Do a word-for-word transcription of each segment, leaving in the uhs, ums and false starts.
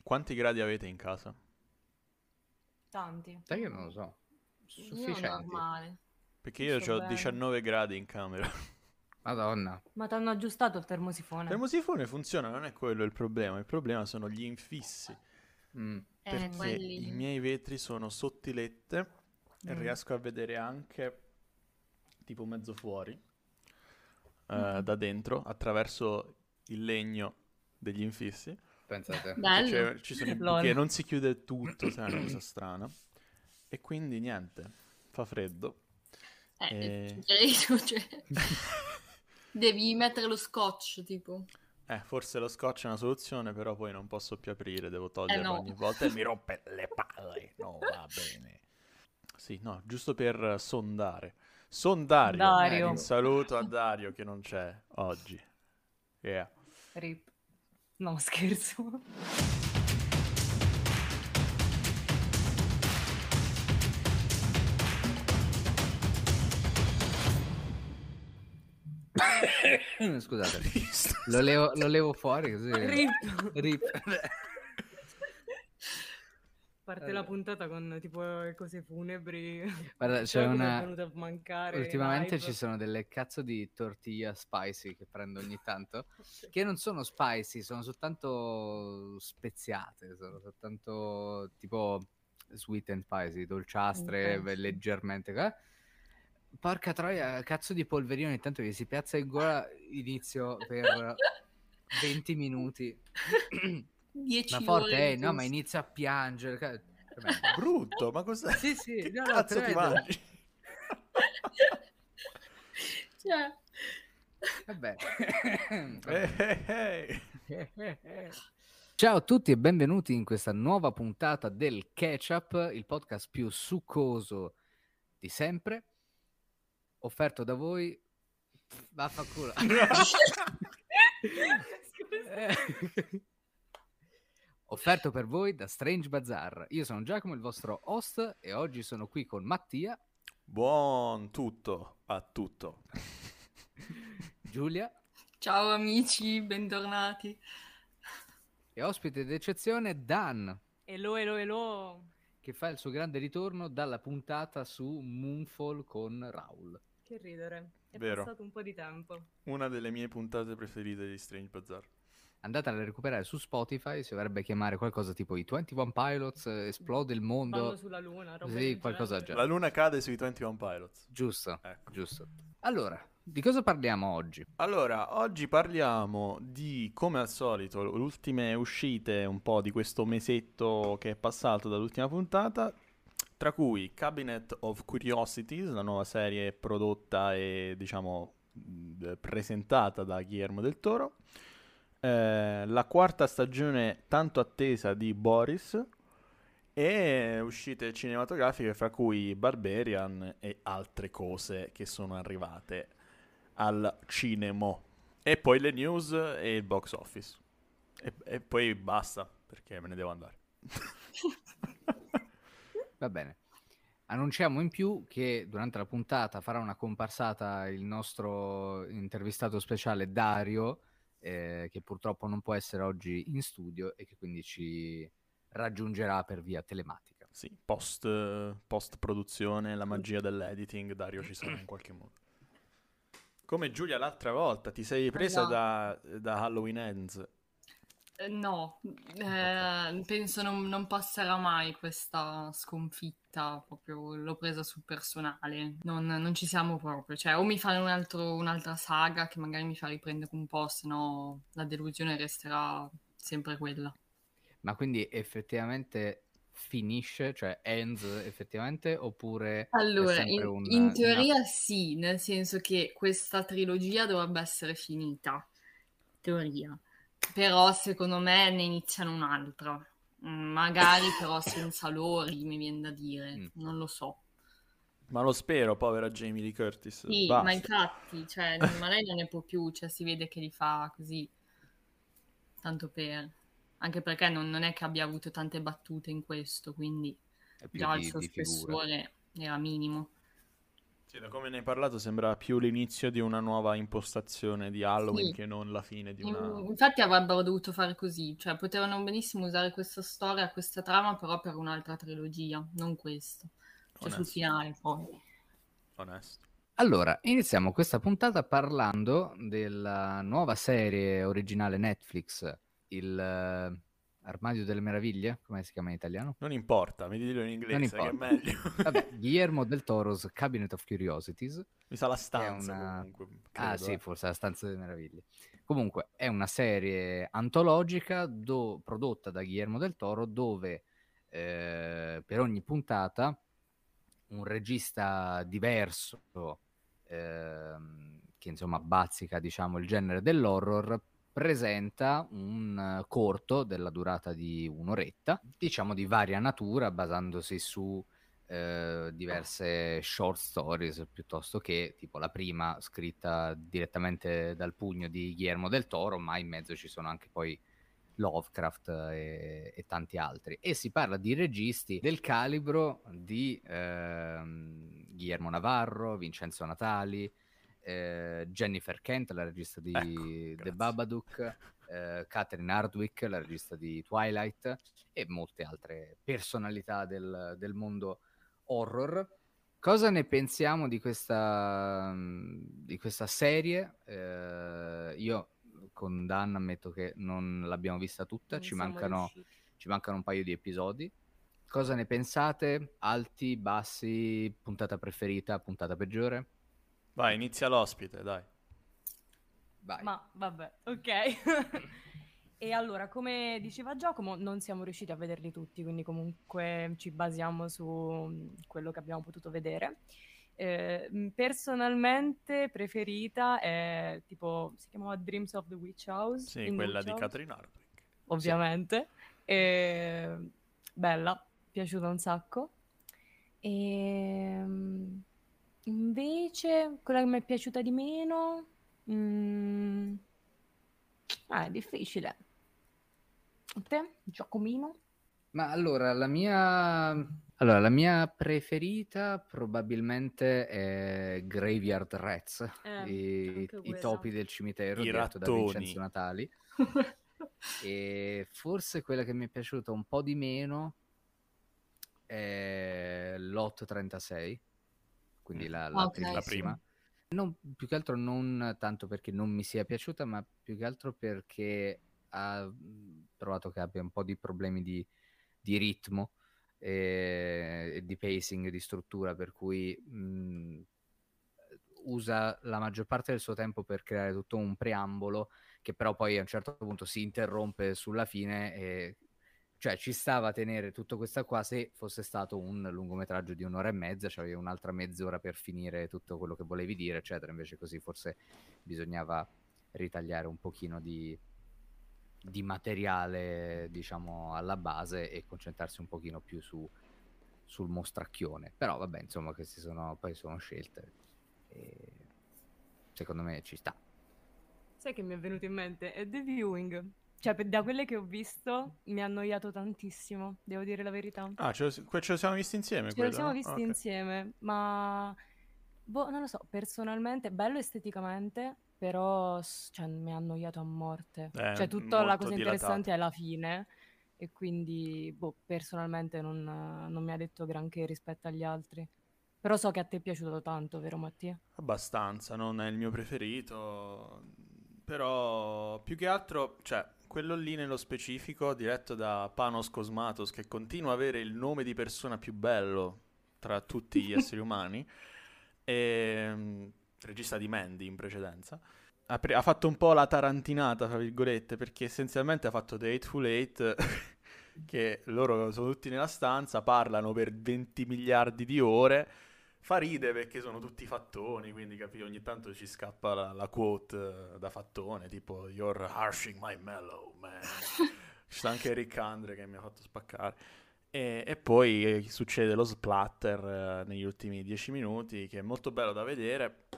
Quanti gradi avete in casa? Tanti. Sai che non lo so. Io Sufficienti. normale. Perché io Sto ho bene. diciannove gradi in camera. Madonna. Ma ti hanno aggiustato il termosifone? Il termosifone funziona, non è quello il problema. Il problema sono gli infissi. Mm. Eh, Perché quelli... i miei vetri sono sottilette e Mm. riesco a vedere anche tipo mezzo fuori eh, Mm. da dentro attraverso il legno degli infissi. Pensate. Bello. Cioè, ci sono i Lol. buchi e non si chiude tutto, sai, è una cosa strana. E quindi niente, fa freddo. Eh, E- cioè, devi mettere lo scotch, tipo. Eh, forse lo scotch è una soluzione, però poi non posso più aprire, devo toglierlo Eh, no. ogni volta e mi rompe le palle. No, va bene. Sì, no, giusto per sondare. Sondario. Dario. Un saluto a Dario che non c'è oggi. Yeah. Rip. No, scherzo. Scusate. Lo levo, lo levo fuori così. Rip. Rip. Parte la puntata con tipo le cose funebri. Guarda, c'è Giacomo una... è venuto a mancare Ultimamente live. ci sono delle cazzo di tortilla spicy che prendo ogni tanto, che non sono spicy, sono soltanto speziate, sono soltanto tipo sweet and spicy, dolciastre, Ok. leggermente. eh. Porca troia, cazzo di polverino ogni tanto che si piazza in gola, inizio per venti minuti. dieci Ma forte, ore eh, di no, ma toast. inizia a piangere. ca- Vabbè. Brutto, ma cos'è? Sì, sì, Che no, no, cazzo ti credo. mangi? Cioè, Vabbè. Eh, eh, eh. Ciao a tutti e benvenuti in questa nuova puntata del Ketchup, il podcast più succoso di sempre, offerto da voi. Vaffanculo. Eh. Offerto per voi da Strange Bazaar. Io sono Giacomo, il vostro host, e oggi sono qui con Mattia, Buon tutto a tutto. Giulia ciao amici, bentornati. e ospite d'eccezione Dan, Elo, elo, elo. che fa il suo grande ritorno dalla puntata su Moonfall con Raul. Che ridere. È Vero. passato un po' di tempo. Una delle mie puntate preferite di Strange Bazaar. Andatela a recuperare su Spotify, si dovrebbe chiamare qualcosa tipo i ventuno Pilots, eh, esplode il mondo. Vanno sulla luna, roba Sì, del qualcosa del genere. La luna cade sui ventuno Pilots. Giusto, Ecco. giusto. Allora, di cosa parliamo oggi? Allora, oggi parliamo di, come al solito, le ultime uscite un po' di questo mesetto che è passato dall'ultima puntata, tra cui Cabinet of Curiosities, la nuova serie prodotta e, diciamo, mh, presentata da Guillermo del Toro, eh, la quarta stagione tanto attesa di Boris e uscite cinematografiche fra cui Barbarian e altre cose che sono arrivate al cinema. E poi le news e il box office. E, e poi basta, perché me ne devo andare. Va bene. Annunciamo in più che durante la puntata farà una comparsata il nostro intervistato speciale Dario, eh, che purtroppo non può essere oggi in studio e che quindi ci raggiungerà per via telematica. Sì, post, post produzione, la magia dell'editing, Dario ci sarà in qualche modo. Come Giulia l'altra volta, ti sei presa da, da Halloween Ends. Eh, no, eh, penso non, non passerà mai questa sconfitta, proprio l'ho presa sul personale, non, non ci siamo proprio, cioè o mi fanno un altro, un'altra saga che magari mi fa riprendere un po', se no la delusione resterà sempre quella. Ma quindi effettivamente finisce, cioè ends effettivamente, oppure è Allora, sempre in, un... in teoria una- sì, nel senso che questa trilogia dovrebbe essere finita, teoria. Però secondo me ne iniziano un'altra. Mm, magari però senza Lori, mi viene da dire, Mm. non lo so. Ma lo spero, povera Jamie Lee Curtis. Sì, Basta. ma infatti, cioè, ma lei non ne può più, cioè si vede che li fa così, tanto per... Anche perché non, non è che abbia avuto tante battute in questo, quindi è più già il di, suo di figura. spessore era minimo. Sì, da come ne hai parlato sembra più l'inizio di una nuova impostazione di Halloween Sì. che non la fine di una... In- Infatti avrebbero dovuto fare così, cioè potevano benissimo usare questa storia, questa trama, però per un'altra trilogia, non questo. Cioè sul Onesto, finale poi. onesto. Allora, iniziamo questa puntata parlando della nuova serie originale Netflix, il eh, Armadio delle Meraviglie, come si chiama in italiano? Non importa, mi dillo in Non inglese che è importa. meglio. Vabbè, Guillermo del Toro's Cabinet of Curiosities, Mi sa la che è stanza una... comunque, Ah credo. sì, eh. forse la Stanza delle Meraviglie. Comunque, è una serie antologica do- prodotta da Guillermo del Toro, dove eh, per ogni puntata un regista diverso, ehm, che insomma bazzica, diciamo, il genere dell'horror, presenta un eh, corto della durata di un'oretta, diciamo di varia natura, basandosi su eh, diverse short stories, piuttosto che tipo la prima scritta direttamente dal pugno di Guillermo del Toro, ma in mezzo ci sono anche poi Lovecraft e, e tanti altri. E si parla di registi del calibro di ehm, Guillermo Navarro, Vincenzo Natali, eh, Jennifer Kent, la regista Ecco, di The grazie. Babadook, eh, Catherine Hardwicke, la regista di Twilight, e molte altre personalità del, del mondo horror. Cosa ne pensiamo di questa, di questa serie? Eh, io con Dan ammetto che non l'abbiamo vista tutta, Non ci siamo mancano, riusciti. ci mancano un paio di episodi. Cosa ne pensate? Alti, bassi, puntata preferita, puntata peggiore? Vai, inizia l'ospite, dai. Vai. Ma vabbè, ok. E allora, come diceva Giacomo, non siamo riusciti a vederli tutti, quindi comunque ci basiamo su mm, quello che abbiamo potuto vedere. Eh, mm, personalmente preferita è tipo, si chiamava Dreams of the Witch House? Sì, in the quella Witch di House, Catherine Hardwicke. ovviamente. E, bella, piaciuta un sacco. E mm, invece quella che mi è piaciuta di meno, mm, ah, è difficile. A te, Giacomino? Ma allora, la mia... Allora, la mia preferita probabilmente è Graveyard Rats, Eh, i, anche i quella. topi del cimitero, I diretto da rattoni. Vincenzo Natali. E forse quella che mi è piaciuta un po' di meno è Lot trentasei, quindi Mm. la, la Ok, primissima. sì. prima. Non, più che altro non tanto perché non mi sia piaciuta, ma più che altro perché ha mh, trovato che abbia un po' di problemi di, di ritmo e, e di pacing, di struttura, per cui mh, usa la maggior parte del suo tempo per creare tutto un preambolo che però poi a un certo punto si interrompe sulla fine e cioè ci stava a tenere tutto questo qua se fosse stato un lungometraggio di un'ora e mezza, cioè un'altra mezz'ora per finire tutto quello che volevi dire, eccetera. Invece così forse bisognava ritagliare un pochino di, di materiale, diciamo, alla base e concentrarsi un pochino più su, sul mostracchione. Però vabbè, insomma, queste sono, poi sono scelte e secondo me ci sta. Sai che mi è venuto in mente? È The Viewing. Cioè, per- da quelle che ho visto mi ha annoiato tantissimo, devo dire la verità. Ah, ce lo, que- ce lo siamo visti insieme Ce lo quello, siamo no? visti Ah, ok. insieme, ma boh, non lo so, personalmente, bello esteticamente, però s- cioè, mi ha annoiato a morte. È Cioè, tutta la molto cosa dilatato. interessante è la fine, e quindi, boh, personalmente non, non mi ha detto granché rispetto agli altri. Però so che a te è piaciuto tanto, vero Mattia? Abbastanza, non è il mio preferito, però più che altro, cioè, quello lì nello specifico, diretto da Panos Cosmatos, che continua a avere il nome di persona più bello tra tutti gli esseri umani, e mm, regista di Mandy in precedenza, ha, pre- ha fatto un po' la tarantinata, tra virgolette, perché essenzialmente ha fatto The Hateful Eight, che loro sono tutti nella stanza, parlano per venti miliardi di ore. Fa ride perché sono tutti fattoni, quindi capi, ogni tanto ci scappa la, la quote eh, da fattone, tipo You're harshing my mellow, man. Ci sta anche Rick Andre che mi ha fatto spaccare. E, e poi eh, succede lo splatter eh, negli ultimi dieci minuti, che è molto bello da vedere.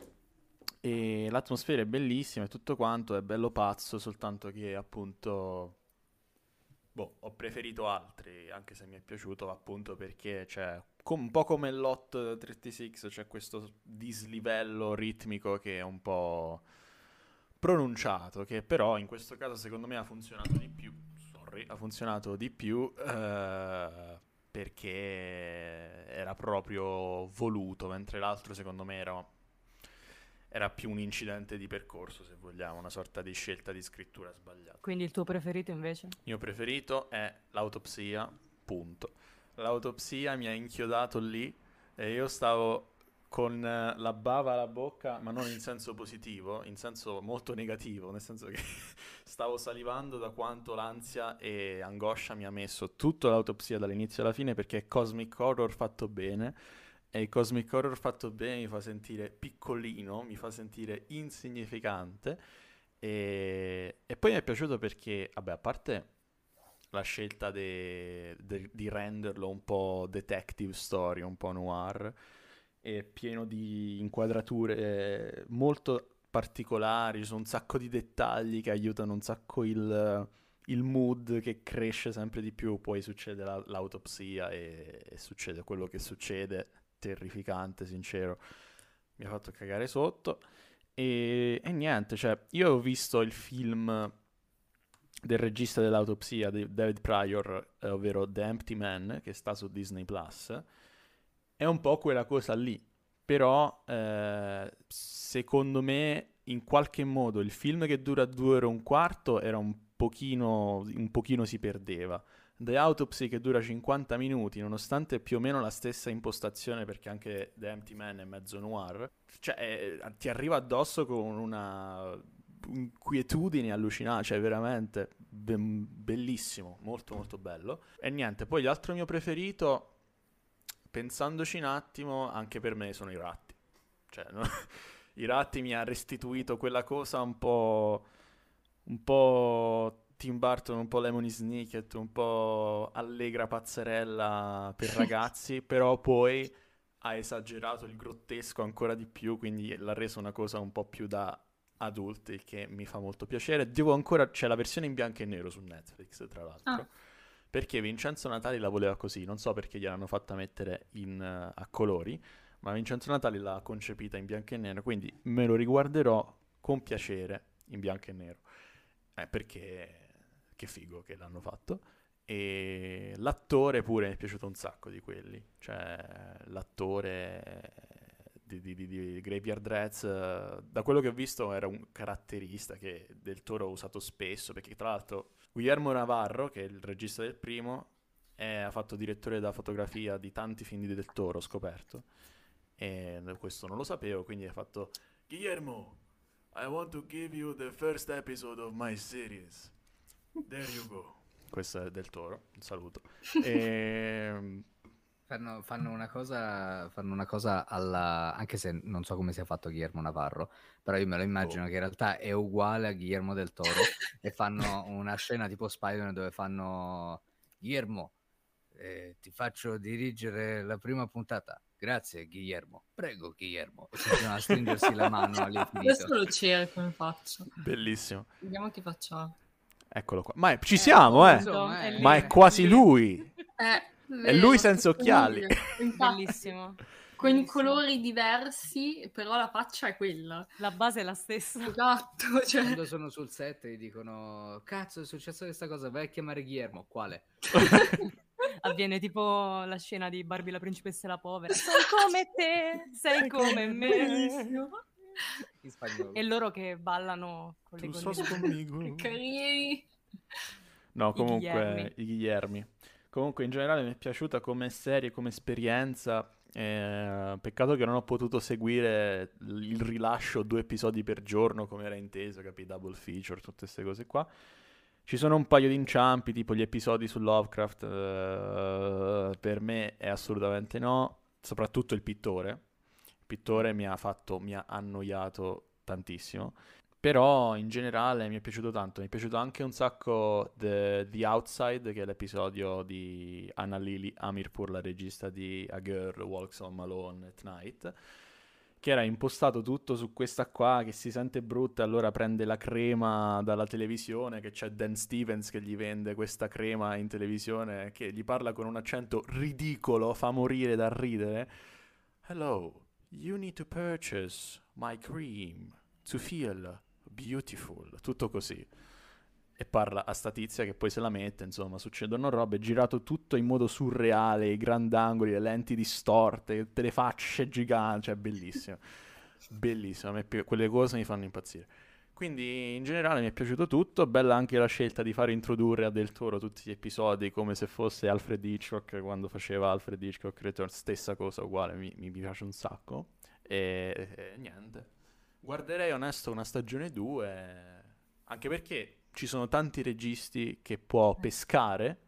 E l'atmosfera è bellissima e tutto quanto è bello pazzo, soltanto che appunto... Boh, ho preferito altri, anche se mi è piaciuto appunto perché c'è com- un po' come l'Hot trentasei, c'è questo dislivello ritmico che è un po' pronunciato, che però in questo caso secondo me ha funzionato di più. Sorry, ha funzionato di più eh, perché era proprio voluto, mentre l'altro secondo me era, era più un incidente di percorso, se vogliamo, una sorta di scelta di scrittura sbagliata. Quindi il tuo preferito invece? Il mio preferito è L'autopsia, punto. L'autopsia mi ha inchiodato lì e io stavo con eh, la bava alla bocca, ma non in senso positivo, in senso molto negativo, nel senso che stavo salivando da quanto l'ansia e angoscia mi ha messo tutta L'autopsia dall'inizio alla fine, perché è cosmic horror fatto bene, e il cosmic horror fatto bene mi fa sentire piccolino, mi fa sentire insignificante, e, e poi mi è piaciuto perché, vabbè, a parte la scelta de- de- di renderlo un po' detective story, un po' noir, è pieno di inquadrature molto particolari, ci sono un sacco di dettagli che aiutano un sacco il, il mood che cresce sempre di più, poi succede la- l'autopsia e, e succede quello che succede, terrificante, sincero, mi ha fatto cagare sotto e, e niente, cioè io ho visto il film del regista dell'autopsia, di David Pryor, eh, ovvero The Empty Man, che sta su Disney Plus. È un po' quella cosa lì, però eh, secondo me in qualche modo il film che dura due ore e un quarto era un pochino, un pochino si perdeva. The Autopsy che dura cinquanta minuti, nonostante più o meno la stessa impostazione, perché anche The Empty Man è mezzo noir, cioè eh, ti arriva addosso con una inquietudine allucinante, cioè veramente be- bellissimo, molto molto bello. E niente, poi l'altro mio preferito, pensandoci un attimo, anche per me sono i ratti. Cioè, no? I ratti mi ha restituito quella cosa un po', un po' Tim Burton, un po' Lemony Snicket, un po' allegra pazzerella per ragazzi, però poi ha esagerato il grottesco ancora di più, quindi l'ha reso una cosa un po' più da adulti, il che mi fa molto piacere. Devo ancora, c'è la versione in bianco e nero su Netflix, tra l'altro. Ah. Perché Vincenzo Natali la voleva così, non so perché gliel'hanno fatta mettere in, uh, a colori, ma Vincenzo Natali l'ha concepita in bianco e nero, quindi me lo riguarderò con piacere in bianco e nero, eh, perché che figo che l'hanno fatto. E l'attore pure mi è piaciuto un sacco di quelli, cioè l'attore di, di, di, di Graveyard Rats, uh, da quello che ho visto era un caratterista che Del Toro ha usato spesso, perché tra l'altro Guillermo Navarro, che è il regista del primo, è, ha fatto direttore da fotografia di tanti film di Del Toro, ho scoperto, e questo non lo sapevo, quindi ha fatto Guillermo, I want to give you the first episode of my series, there you go. Questo è Del Toro, un saluto. E... Fanno, fanno una cosa, fanno una cosa alla... anche se non so come sia fatto Guillermo Navarro, però io me lo immagino Oh. che in realtà è uguale a Guillermo del Toro e fanno una scena tipo Spider-Man dove fanno Guillermo, eh, ti faccio dirigere la prima puntata. Grazie Guillermo, prego Guillermo. E continuano a stringersi la mano all'infinito. Questo lo cerco, come faccio. Bellissimo. Vediamo che facciamo. Eccolo qua. Ma è- ci siamo, eh! insomma, è eh. lì, Ma è quasi lì. lui! Eh, È lui senza occhiali. Infatti, Bellissimo. con i Bellissimo. colori diversi, però la faccia è quella. La base è la stessa. Esatto, cioè... Quando sono sul set gli dicono cazzo è successo questa cosa, vai a chiamare Guillermo. Quale? Avviene tipo la scena di Barbie la principessa e la povera. Sei come te, sei come me. Bellissimo. In spagnolo. E loro che ballano con le Tu sos gonnine. conmigo. Carini. No, I comunque, Guillermi. i Guillermi. Comunque, in generale mi è piaciuta come serie, come esperienza. Eh, peccato che non ho potuto seguire l- il rilascio due episodi per giorno, come era inteso, capi? Double feature, tutte queste cose qua. Ci sono un paio di inciampi, tipo gli episodi su Lovecraft. eh, per me è assolutamente no. Soprattutto il pittore. Il pittore mi ha fatto, mi ha annoiato tantissimo. Però in generale mi è piaciuto tanto, mi è piaciuto anche un sacco The, The Outside, che è l'episodio di Anna Lily Amirpour, la regista di A Girl Walks on Malone at Night, che era impostato tutto su questa qua che si sente brutta e allora prende la crema dalla televisione, che c'è Dan Stevens che gli vende questa crema in televisione, che gli parla con un accento ridicolo, fa morire da ridere. Hello, you need to purchase my cream to feel beautiful, tutto così. E parla a sta tizia che poi se la mette, insomma, succedono robe, è girato tutto in modo surreale, i grandangoli, le lenti distorte, tutte le facce giganti, cioè bellissimo, bellissimo, a me pi- quelle cose mi fanno impazzire. Quindi in generale mi è piaciuto tutto, bella anche la scelta di far introdurre a Del Toro tutti gli episodi come se fosse Alfred Hitchcock, quando faceva Alfred Hitchcock Return, stessa cosa uguale, mi, mi piace un sacco, e, e niente, guarderei onesto una stagione due, anche perché ci sono tanti registi che può pescare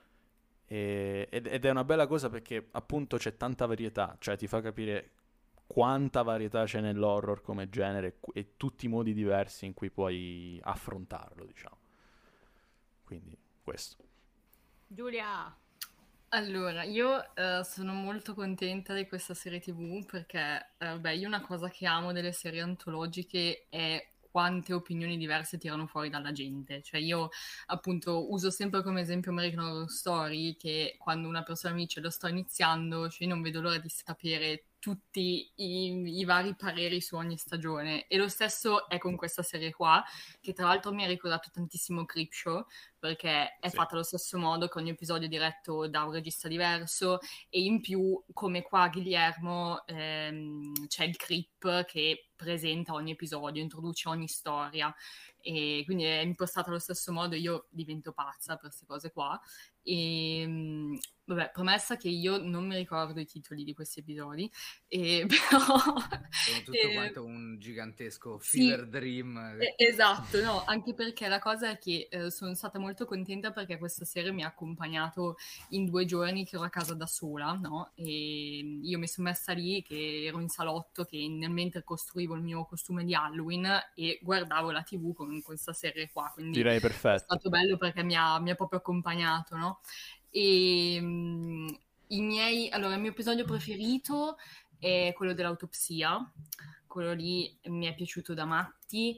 e- ed, ed è una bella cosa perché appunto c'è tanta varietà, cioè ti fa capire quanta varietà c'è nell'horror come genere e, cu- e tutti i modi diversi in cui puoi affrontarlo, diciamo. Quindi questo. Giulia! Allora, io eh, sono molto contenta di questa serie T V perché, eh, beh, io una cosa che amo delle serie antologiche è quante opinioni diverse tirano fuori dalla gente. Cioè io, appunto, uso sempre come esempio American Horror Story, che quando una persona mi dice lo sto iniziando, cioè io non vedo l'ora di sapere tutti i, i vari pareri su ogni stagione. E lo stesso è con questa serie qua, che tra l'altro mi ha ricordato tantissimo Creepshow, perché è Sì. fatta allo stesso modo, che ogni episodio è diretto da un regista diverso, e in più, come qua Guillermo, ehm, c'è il creep che presenta ogni episodio, introduce ogni storia, e quindi è impostata allo stesso modo. Io divento pazza per queste cose qua. E mh, vabbè, premessa che io non mi ricordo i titoli di questi episodi, e però Sono tutto eh, quanto un gigantesco sì, fever dream. eh, esatto, no, anche perché la cosa è che eh, sono stata molto contenta perché questa serie mi ha accompagnato in due giorni che ero a casa da sola, no? E io mi sono messa lì, che ero in salotto, che nel mentre costruivo il mio costume di Halloween e guardavo la T V con questa serie qua, quindi Direi è perfetto. stato bello perché mi ha, mi ha proprio accompagnato, no? E mh, i miei, allora, il mio episodio preferito è quello dell'autopsia, quello lì mi è piaciuto da matti,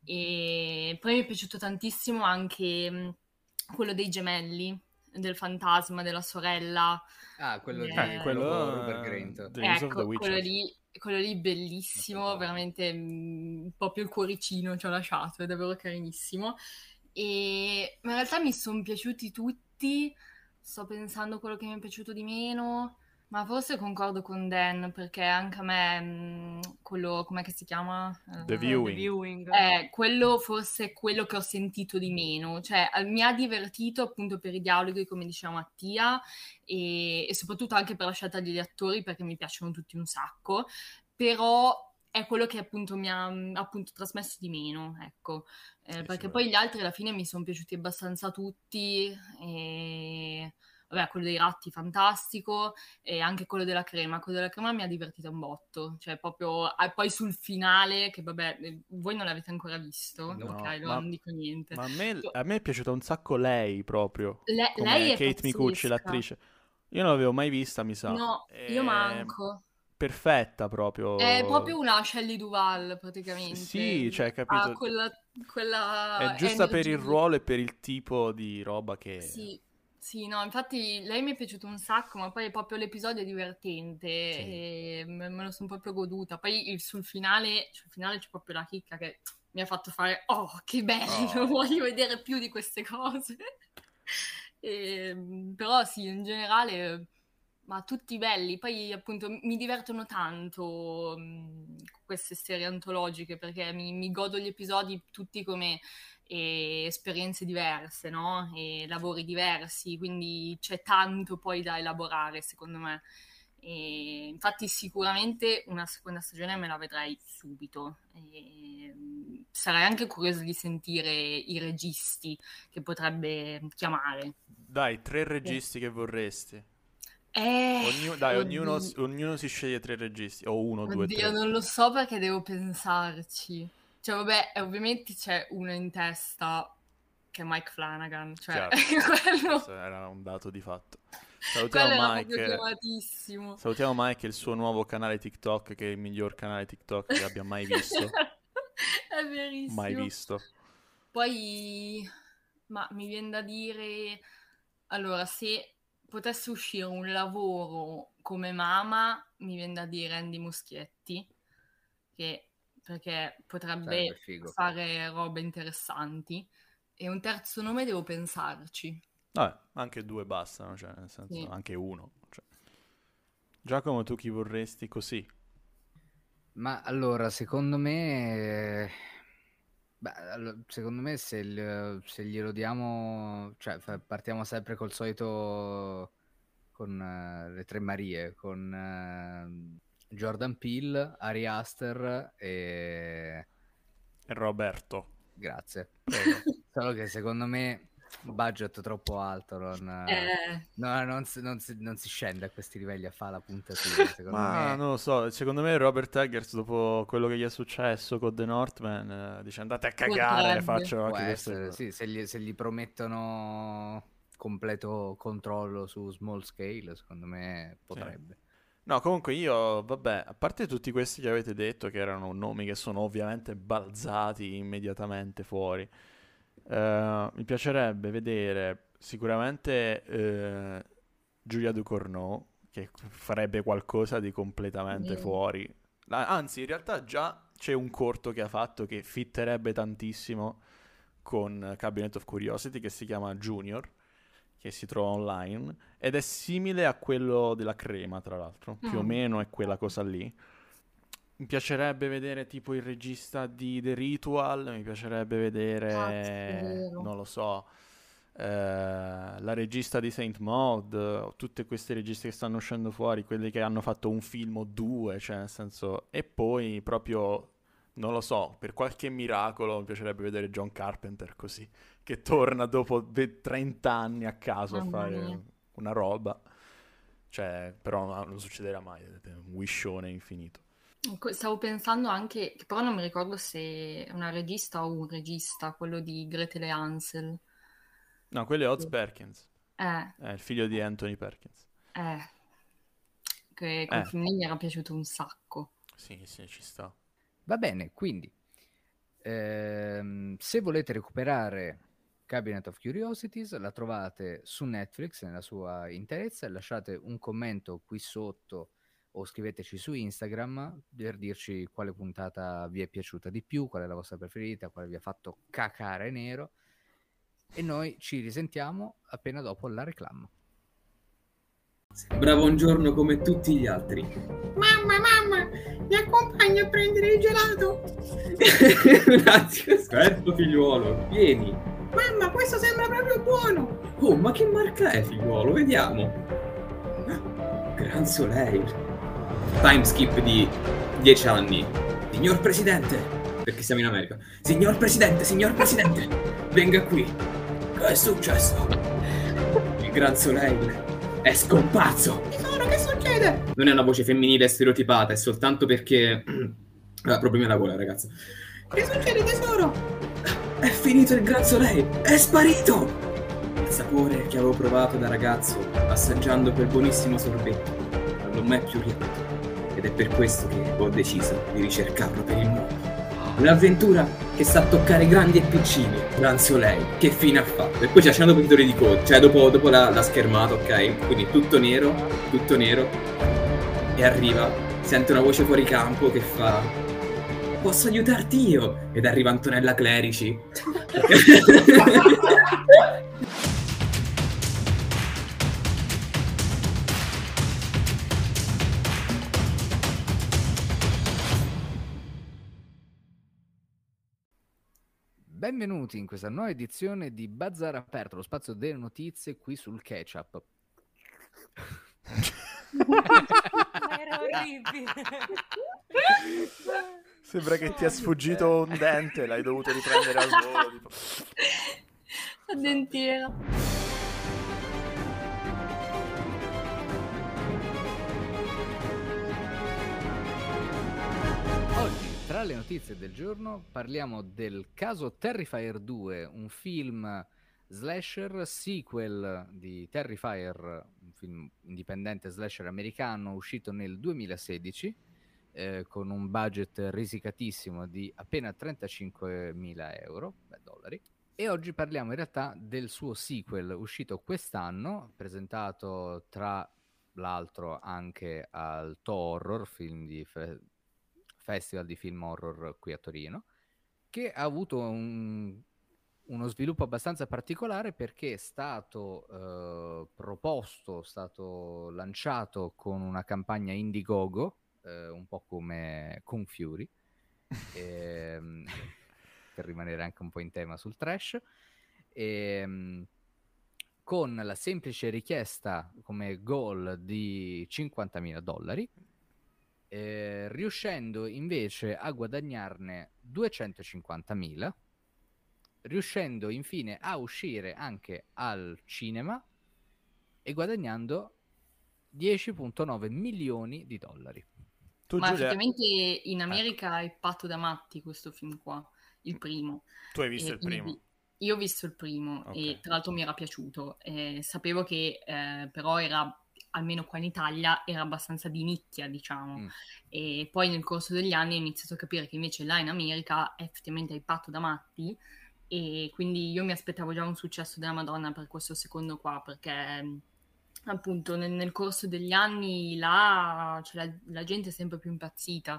e poi mi è piaciuto tantissimo anche mh, quello dei gemelli, del fantasma della sorella. Ah, quello di Eh, Eh, quello quello con Rupert è Grint. Dreams of the Ecco, quello Witches. lì, quello lì bellissimo, veramente mh, proprio il cuoricino ci ho lasciato, è davvero carinissimo. E ma in realtà mi sono piaciuti tutti, sto pensando quello che mi è piaciuto di meno, ma forse concordo con Dan, perché anche a me mh, quello, com'è che si chiama? The Eh, The Viewing. Viewing. eh, quello forse è quello che ho sentito di meno, cioè eh, mi ha divertito appunto per i dialoghi, come diceva Mattia, e, e soprattutto anche per la scelta degli attori, perché mi piacciono tutti un sacco, però è quello che appunto mi ha mh, appunto trasmesso di meno, ecco. Eh, Sì, perché sì, poi gli altri alla fine mi sono piaciuti abbastanza tutti, e vabbè, quello dei ratti fantastico, e anche quello della crema. Quello della crema mi ha divertito un botto, cioè proprio ah, poi sul finale, che vabbè, eh, voi non l'avete ancora visto, No. ok, No, allora ma, non dico niente. ma a me, To- a me è piaciuta un sacco lei proprio, le- come lei è Kate Micucci, pazzesca. l'attrice. Io non l'avevo mai vista, mi sa. No, io È manco. perfetta È proprio. proprio una Shelley Duvall S- praticamente, sì, cioè, ha capito? quella, È quella giusta per il energy. ruolo e per il tipo di roba che... Sì, sì, no, infatti lei mi è piaciuta un sacco, ma poi proprio l'episodio è divertente Sì. e me, me lo sono proprio goduta. Poi il- sul finale, sul finale c'è proprio la chicca che mi ha fatto fare, oh, che bello, Oh. voglio vedere più di queste cose. E, però sì, in generale, ma tutti belli. Poi appunto mi divertono tanto mh, queste serie antologiche perché mi, mi godo gli episodi tutti come eh, esperienze diverse, no? E lavori diversi, quindi c'è tanto poi da elaborare, secondo me. E infatti sicuramente una seconda stagione me la vedrei subito. E, mh, sarei anche curiosa di sentire i registi che potrebbe chiamare. Dai, tre registi che vorresti. Eh, Ognu- dai, ognuno, oddio. ognuno si sceglie tre registi, o uno, due, Oddio, tre. non lo so perché devo pensarci. Cioè, vabbè, e ovviamente c'è uno in testa che è Mike Flanagan, cioè Chiaro, quello. questo era un dato di fatto. Salutiamo Quello era Mike. proprio chiamatissimo. Salutiamo Mike e il suo nuovo canale TikTok, che è il miglior canale TikTok che abbia mai visto. È verissimo. Mai visto. Poi, ma mi viene da dire, allora, se potesse uscire un lavoro come mamma, mi viene da dire Andy Muschietti, che, perché potrebbe Sarebbe figo. fare robe interessanti. E un terzo nome devo pensarci. Vabbè, anche due bastano, cioè, nel senso, Sì. anche uno. Cioè. Giacomo, tu chi vorresti così? Ma allora, secondo me, beh, allo- secondo me se, il- se glielo diamo, cioè fa- partiamo sempre col solito, con eh, le tre Marie, con eh, Jordan Peele, Ari Aster e... E Roberto. Grazie. Prego. Solo che secondo me un budget troppo alto, non, Eh, no, non, si, non si- non si scende a questi livelli a fare la puntatina, secondo Ma me. non lo so, secondo me Robert Eggers, dopo quello che gli è successo con The Northman, eh, dice andate a cagare, Potrebbe. faccio Può anche queste essere, cose. sì, se gli, se gli promettono completo controllo su small scale, secondo me potrebbe. No, comunque io, vabbè, a parte tutti questi che avete detto, che erano nomi che sono ovviamente balzati immediatamente fuori, eh, mi piacerebbe vedere sicuramente eh, Julia Ducournau, che farebbe qualcosa di completamente Mm. fuori. Ah, Anzi, in realtà già c'è un corto che ha fatto che fitterebbe tantissimo con Cabinet of Curiosity, che si chiama Junior, che si trova online, ed è simile a quello della Crema, tra l'altro, più o Mm. meno è quella cosa lì. Mi piacerebbe vedere tipo il regista di The Ritual, mi piacerebbe Cazzo, vedere, vero. non lo so, eh, la regista di Saint Maud, o tutte queste registe che stanno uscendo fuori, quelli che hanno fatto un film o due, cioè nel senso, e poi proprio, non lo so, per qualche miracolo mi piacerebbe vedere John Carpenter così, che torna dopo ve- trenta anni a caso a Mamma fare mia. una roba, cioè, però no, non succederà mai, è un wiscione infinito. Ecco, stavo pensando anche, che però non mi ricordo se è una regista o un regista, quello di Gretel e Hansel. No, quello è Oz Perkins, Eh, è il figlio di Anthony Perkins. eh, che quel Eh, film lì mi era piaciuto un sacco. sì, sì, ci sta. Va bene, quindi ehm, se volete recuperare Cabinet of Curiosities, la trovate su Netflix nella sua interezza e lasciate un commento qui sotto o scriveteci su Instagram per dirci quale puntata vi è piaciuta di più, qual è la vostra preferita, quale vi ha fatto cacare nero, e noi ci risentiamo appena dopo la reclama. Bravo un giorno come tutti gli altri. Mamma, mamma, mi accompagni a prendere il gelato? Un attimo, aspetta figliuolo, vieni. Mamma, questo sembra proprio buono. Oh, ma che marca è figliuolo? Vediamo. Gran Soleil. Time skip di dieci anni. Signor Presidente, perché siamo in America. Signor Presidente, signor Presidente, venga qui. Che è successo? Il Gran Soleil è scomparso. Tesoro, che succede? Non è una voce femminile stereotipata, è soltanto perché ha problemi alla gola, ragazzo. Che succede, tesoro? È finito il Gran Soleil, è sparito! Il sapore che avevo provato da ragazzo assaggiando quel buonissimo sorbetto non l'ho mai più riavuto, ed è per questo che ho deciso di ricercarlo per il mondo. Un'avventura che sa toccare grandi e piccini. Gran Soleil, che fine ha fatto? E poi c'è scena dopo i titoli di coda, cioè dopo, dopo la, la schermata, ok? Quindi tutto nero, tutto nero, e arriva, sente una voce fuori campo che fa: posso aiutarti io? Ed arriva Antonella Clerici. Benvenuti in questa nuova edizione di Bazar Aperto, lo spazio delle notizie qui sul Ketchup. Era orribile. Sembra che ti è sfuggito un dente, l'hai dovuto riprendere al volo. Tipo. La dentiera. Oggi, tra le notizie del giorno, parliamo del caso Terrifier due, un film slasher sequel di Terrifier un film indipendente slasher americano uscito nel duemilasedici, eh, con un budget risicatissimo di appena trentacinquemila euro, beh, dollari. E oggi parliamo in realtà del suo sequel uscito quest'anno, presentato tra l'altro anche al Toho Horror, film di fe- festival di film horror qui a Torino, che ha avuto un, uno sviluppo abbastanza particolare perché è stato eh, proposto, stato lanciato con una campagna Indiegogo, eh, un po' come Kung Fury, ehm, per rimanere anche un po' in tema sul trash, ehm, con la semplice richiesta come goal di cinquantamila dollari, eh, riuscendo invece a guadagnarne duecentocinquantamila, riuscendo infine a uscire anche al cinema e guadagnando dieci virgola nove milioni di dollari. Tu, Ma Giulia, effettivamente in America è patto da matti questo film qua, il primo. tu hai visto E il primo? quindi io ho visto il primo Ok. e tra l'altro mi era piaciuto. Eh, sapevo che eh, però era, almeno qua in Italia, era abbastanza di nicchia, diciamo. Mm. E poi nel corso degli anni ho iniziato a capire che invece là in America è effettivamente è patto da matti, e quindi io mi aspettavo già un successo della Madonna per questo secondo qua, perché appunto nel, nel corso degli anni là cioè, la, la gente è sempre più impazzita,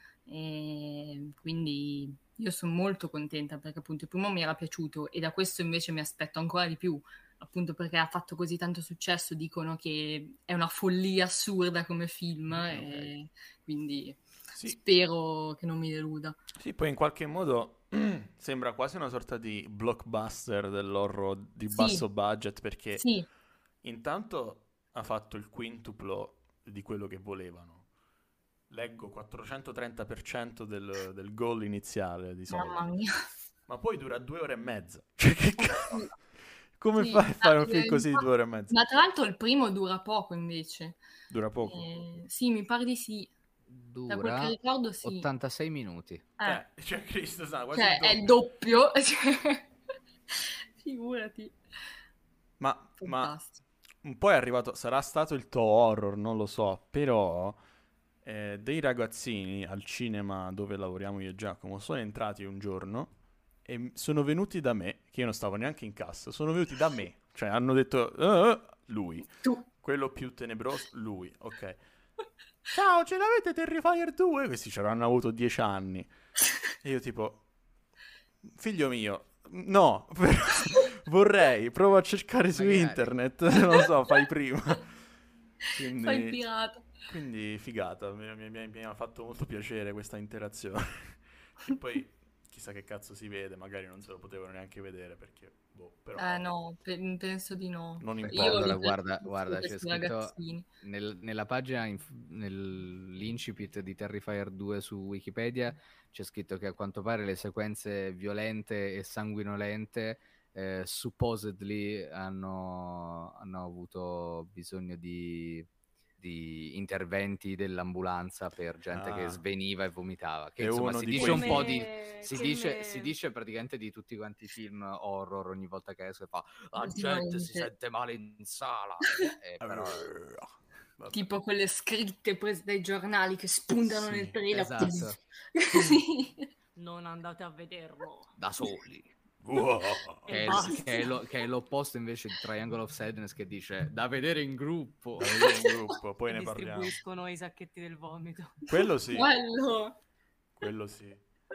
e quindi io sono molto contenta perché appunto il primo mi era piaciuto e da questo invece mi aspetto ancora di più, appunto perché ha fatto così tanto successo, dicono che è una follia assurda come film, Ok. e quindi Sì. spero che non mi deluda. Sì, poi in qualche modo sembra quasi una sorta di blockbuster dell'horror di Sì. basso budget, perché Sì, intanto ha fatto il quintuplo di quello che volevano. Leggo quattrocentotrenta per cento del, del goal iniziale di soldi. mamma mia. Ma poi dura due ore e mezza. Cioè, che cazzo? Come Sì, fai a fare un ah, film eh, così di due ore e mezza? Ma tra l'altro il primo dura poco invece. Dura poco. Eh, sì, mi pare di sì. Da quel che Dura ricordo sì. ottantasei minuti. Eh, Cioè, cioè, Cristo sa, quasi cioè il è il doppio. doppio. Cioè, figurati. Ma, ma Fantastico. un po' è arrivato, sarà stato il Toho Horror, non lo so, però eh, dei ragazzini al cinema dove lavoriamo io e Giacomo sono entrati un giorno e m- sono venuti da me, che io non stavo neanche in cassa, sono venuti da me, cioè hanno detto "Ah, lui, Tu. quello più tenebroso, lui, ok. Ciao, ce l'avete Terrifier due? Questi ci avranno avuto dieci anni. E io tipo, figlio mio, no, però vorrei, provo a cercare su Magari. internet, non lo so, fai prima. Quindi, Fai il pirata. quindi figata, mi, mi- mi- mi ha fatto molto piacere questa interazione. E poi chissà che cazzo si vede, magari non se lo potevano neanche vedere perché, boh, però Eh no, pe- penso di no. non Io importa. ho Allora, visto guarda, tutti guarda, c'è questi scritto ragazzini. nel- nella pagina, inf- nell'incipit di Terrifier due su Wikipedia, c'è scritto che a quanto pare le sequenze violente e sanguinolente eh, supposedly hanno, hanno avuto bisogno di, di interventi dell'ambulanza per gente Ah. che sveniva e vomitava. Che È insomma uno si di dice quei un po' film. di... Si Che dice, me- si dice praticamente di tutti quanti i film horror ogni volta che esce fa la gente Sicuramente. si sente male in sala. Eh, però... Vabbè. Tipo quelle scritte prese dai giornali che spuntano Sì, nel trailer. esatto. Sì. Non andate a vederlo. Da soli. Wow. Che è, basta. che è lo- che è l'opposto invece di Triangle of Sadness, che dice da vedere in gruppo. Da vedere in gruppo, poi E ne parliamo. distribuiscono i sacchetti del vomito. Quello sì, Quello. quello sì.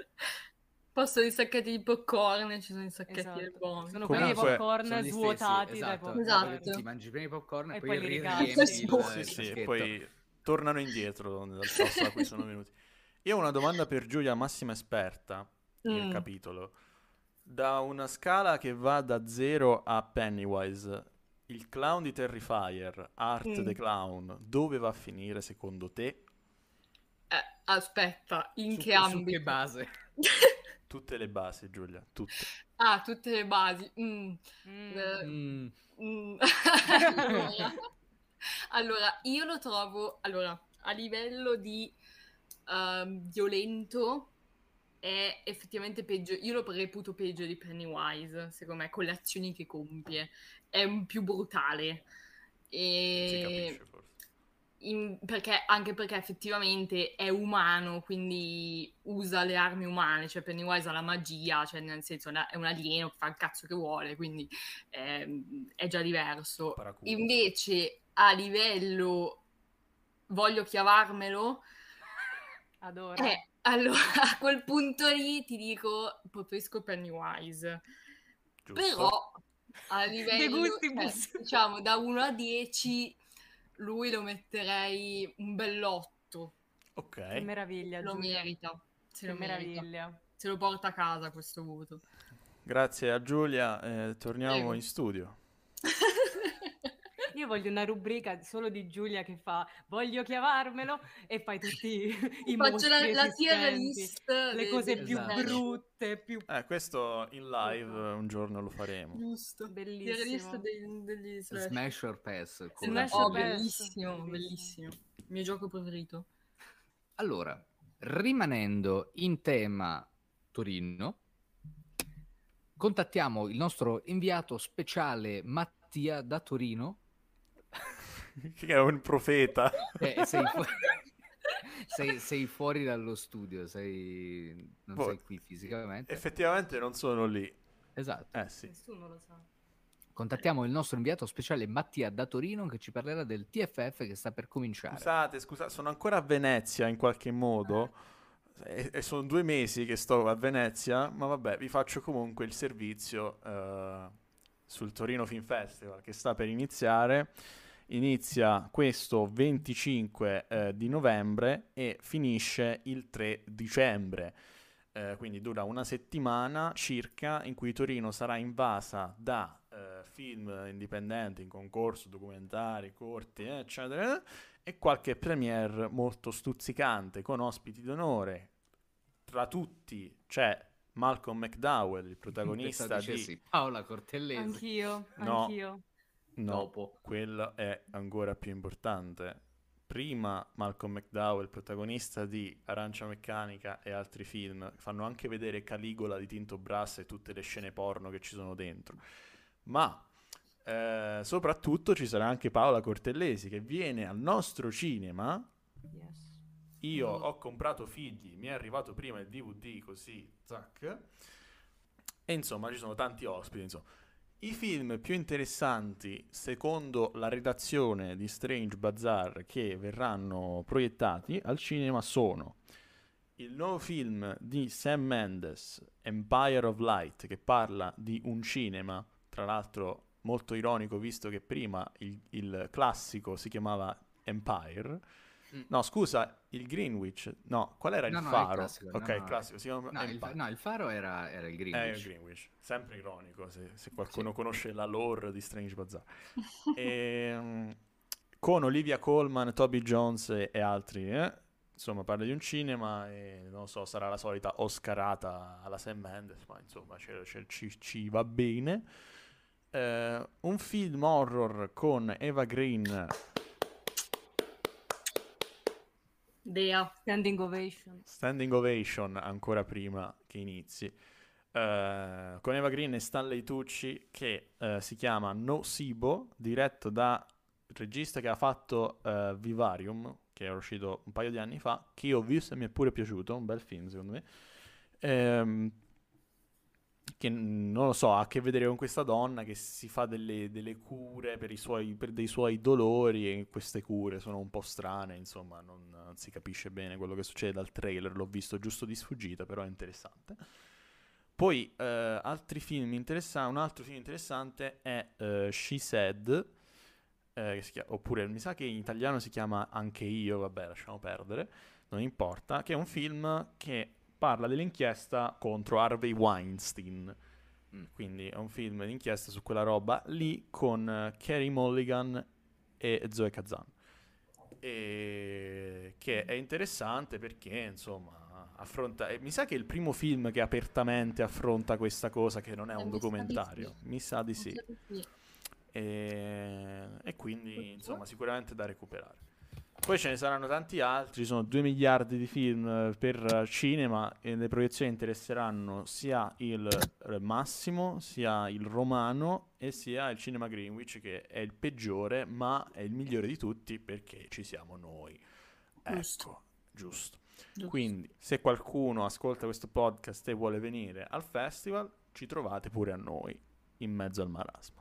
Posto di sacchetti di popcorn, ci sono i sacchetti Esatto. del vomito. Sono Comunque, quelli di Sono popcorn gli stessi, svuotati dai esatto. popcorn. Esatto. Ti mangi prima i popcorn e, E poi, poi li ri- rigalli. riempi il, Sì, il sì, sacchetto. e poi tornano indietro dal posto da cui sono venuti. Io ho una domanda per Giulia, massima esperta nel Mm. capitolo. Da una scala che va da zero a Pennywise, il clown di Terrifier, Art Mm. the Clown, dove va a finire secondo te? Eh, aspetta, in Su, che su ambito? che base? Tutte le basi, Giulia, tutte. Ah, tutte le basi. Mm. Mm. Eh, Mm. mm. allora, allora, io lo trovo, allora, a livello di ehm, violento è effettivamente peggio, io lo reputo peggio di Pennywise, secondo me, con le azioni che compie, è un più brutale. E... Si capisce forse. In, perché, anche perché effettivamente è umano, quindi usa le armi umane, cioè Pennywise ha la magia, cioè nel senso è un alieno che fa il cazzo che vuole, quindi eh, è già diverso. Paraculo. Invece a livello voglio chiavarmelo, Adoro. eh, allora a quel punto lì ti dico preferisco Pennywise. Giusto. Però a De livello, gustibus. cioè, diciamo da uno a dieci lui lo metterei un bell'otto. Ok. Che meraviglia, Lo Giulia. merita. Se Che lo merita. meraviglia. Se lo porta a casa questo voto. Grazie a Giulia, eh, torniamo Prego. in studio. Io voglio una rubrica solo di Giulia che fa voglio chiavarmelo e fai tutti i Faccio la, mostri la tier esistenti, list le dei- cose dei più Esatto. smash. brutte, più Eh, questo in live eh, un giorno lo faremo. Giusto. Bellissimo. Tier list dei- degli slash. Smash or Pass. con Smash la- Oh, or Pass. bellissimo, Bellissimo. bellissimo. Il mio gioco preferito. Allora, rimanendo in tema Torino, contattiamo il nostro inviato speciale Mattia da Torino. Che è un profeta. Eh, sei, fu- sei- sei fuori dallo studio, sei... non Boh, sei qui fisicamente. Effettivamente non sono lì. Esatto. Eh sì. Nessuno lo sa. Contattiamo il nostro inviato speciale Mattia da Torino che ci parlerà del T F F che sta per cominciare. Scusate, scusate, sono ancora a Venezia in qualche modo. E, e sono due mesi che sto a Venezia, ma vabbè, vi faccio comunque il servizio eh, sul Torino Film Festival che sta per iniziare. Inizia questo venticinque eh, di novembre e finisce il tre dicembre. Eh, quindi dura una settimana circa in cui Torino sarà invasa da eh, film indipendenti in concorso, documentari, corti, eh, eccetera, e qualche premiere molto stuzzicante con ospiti d'onore. Tra tutti c'è Malcolm McDowell, il protagonista Pensavo di... dicessi Paola Cortellesi. Anch'io, No. anch'io. No, Dopo. quello è ancora più importante. Prima Malcolm McDowell, protagonista di Arancia Meccanica e altri film, fanno anche vedere Caligola di Tinto Brass e tutte le scene porno che ci sono dentro. Ma eh, soprattutto ci sarà anche Paola Cortellesi che viene al nostro cinema. Yes. Io ho comprato Figli, mi è arrivato prima il D V D così, zac. E insomma ci sono tanti ospiti, insomma. I film più interessanti, secondo la redazione di Strange Bazaar, che verranno proiettati al cinema sono il nuovo film di Sam Mendes, Empire of Light, che parla di un cinema, tra l'altro molto ironico visto che prima il, il classico si chiamava Empire. Mm. No, scusa, il Greenwich. No, qual era il No, no, è il faro? classico, ok, no, il no, classico si chiama No, il, Empire. no, il faro era, era il È Greenwich. il Greenwich, sempre ironico se, se qualcuno Sì. conosce la lore di Strange Bazaar. e, con Olivia Colman, Toby Jones e, e altri, eh? Insomma, parla di un cinema e non so, sarà la solita Oscarata alla Sam Mendes, ma insomma c'è- c'è- ci, ci va bene. Eh, un film horror con Eva Green, Dea. Standing ovation. Standing Ovation ancora prima che inizi, eh, con Eva Green e Stanley Tucci, che eh, si chiama No Sibo, diretto da il regista che ha fatto eh, Vivarium, che è uscito un paio di anni fa, che io ho visto e mi è pure piaciuto, un bel film secondo me. Ehm, che mm, non lo so, ha a che vedere con questa donna che si fa delle, delle cure per, i suoi, per dei suoi dolori, e queste cure sono un po' strane, insomma, non, non si capisce bene quello che succede dal trailer, l'ho visto giusto di sfuggita, però è interessante. Poi eh, altri film interessanti, un altro film interessante è eh, She Said, eh, che si chia- oppure mi sa che in italiano si chiama Anche Io, vabbè, lasciamo perdere, non importa, che è un film che parla dell'inchiesta contro Harvey Weinstein. Mm. Quindi è un film d'inchiesta su quella roba lì con eh, Carey Mulligan e Zoe Kazan. E che è interessante perché, insomma, affronta... e mi sa che è il primo film che apertamente affronta questa cosa, che non è Eh, un mi sa di documentario. sì. Mi sa di sì. Sì. E, e quindi, insomma, sicuramente da recuperare. Poi ce ne saranno tanti altri, ci sono due miliardi di film per cinema e le proiezioni interesseranno sia il Massimo, sia il Romano e sia il Cinema Greenwich, che è il peggiore ma è il migliore di tutti perché ci siamo noi. Giusto. Ecco, giusto. Giusto. Quindi se qualcuno ascolta questo podcast e vuole venire al festival, ci trovate pure a noi, in mezzo al marasma.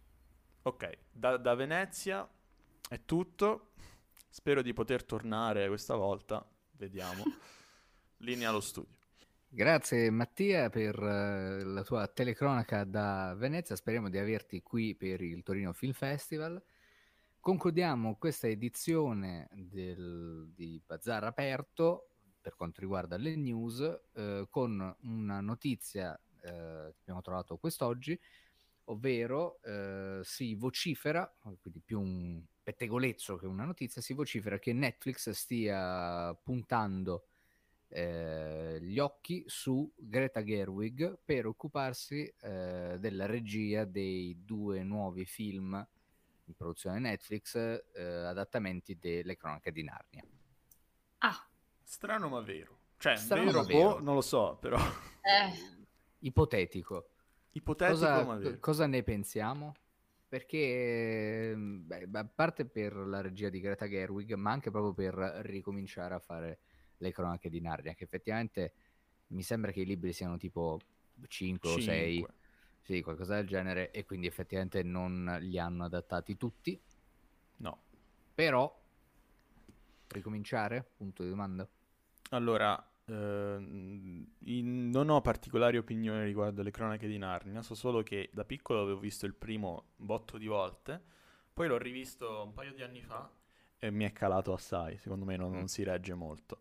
Ok, da, da Venezia è tutto. Spero di poter tornare questa volta, vediamo. Linea allo studio. Grazie Mattia per uh, la tua telecronaca da Venezia, speriamo di averti qui per il Torino Film Festival. Concludiamo questa edizione del, di Bazar Aperto per quanto riguarda le news eh, con una notizia eh, che abbiamo trovato quest'oggi, ovvero eh, si vocifera, quindi più un pettegolezzo che una notizia, si vocifera che Netflix stia puntando eh, gli occhi su Greta Gerwig per occuparsi eh, della regia dei due nuovi film in produzione Netflix, eh, adattamenti delle Cronache di Narnia. Ah, strano ma vero. Cioè, Strano vero, ma vero. boh, non lo so, però. eh, Ipotetico. Ipotetico Cosa, ma vero. cosa ne pensiamo? Perché, beh, a parte per la regia di Greta Gerwig, ma anche proprio per ricominciare a fare le Cronache di Narnia, che effettivamente mi sembra che i libri siano tipo cinque o sei, Cinque. sì, qualcosa del genere, e quindi effettivamente non li hanno adattati tutti. No. Però, ricominciare? Punto di domanda. Allora, ehm, in- non ho particolari opinioni riguardo le Cronache di Narnia, so solo che da piccolo avevo visto il primo un botto di volte, poi l'ho rivisto un paio di anni fa e mi è calato assai, secondo me non, non si regge molto.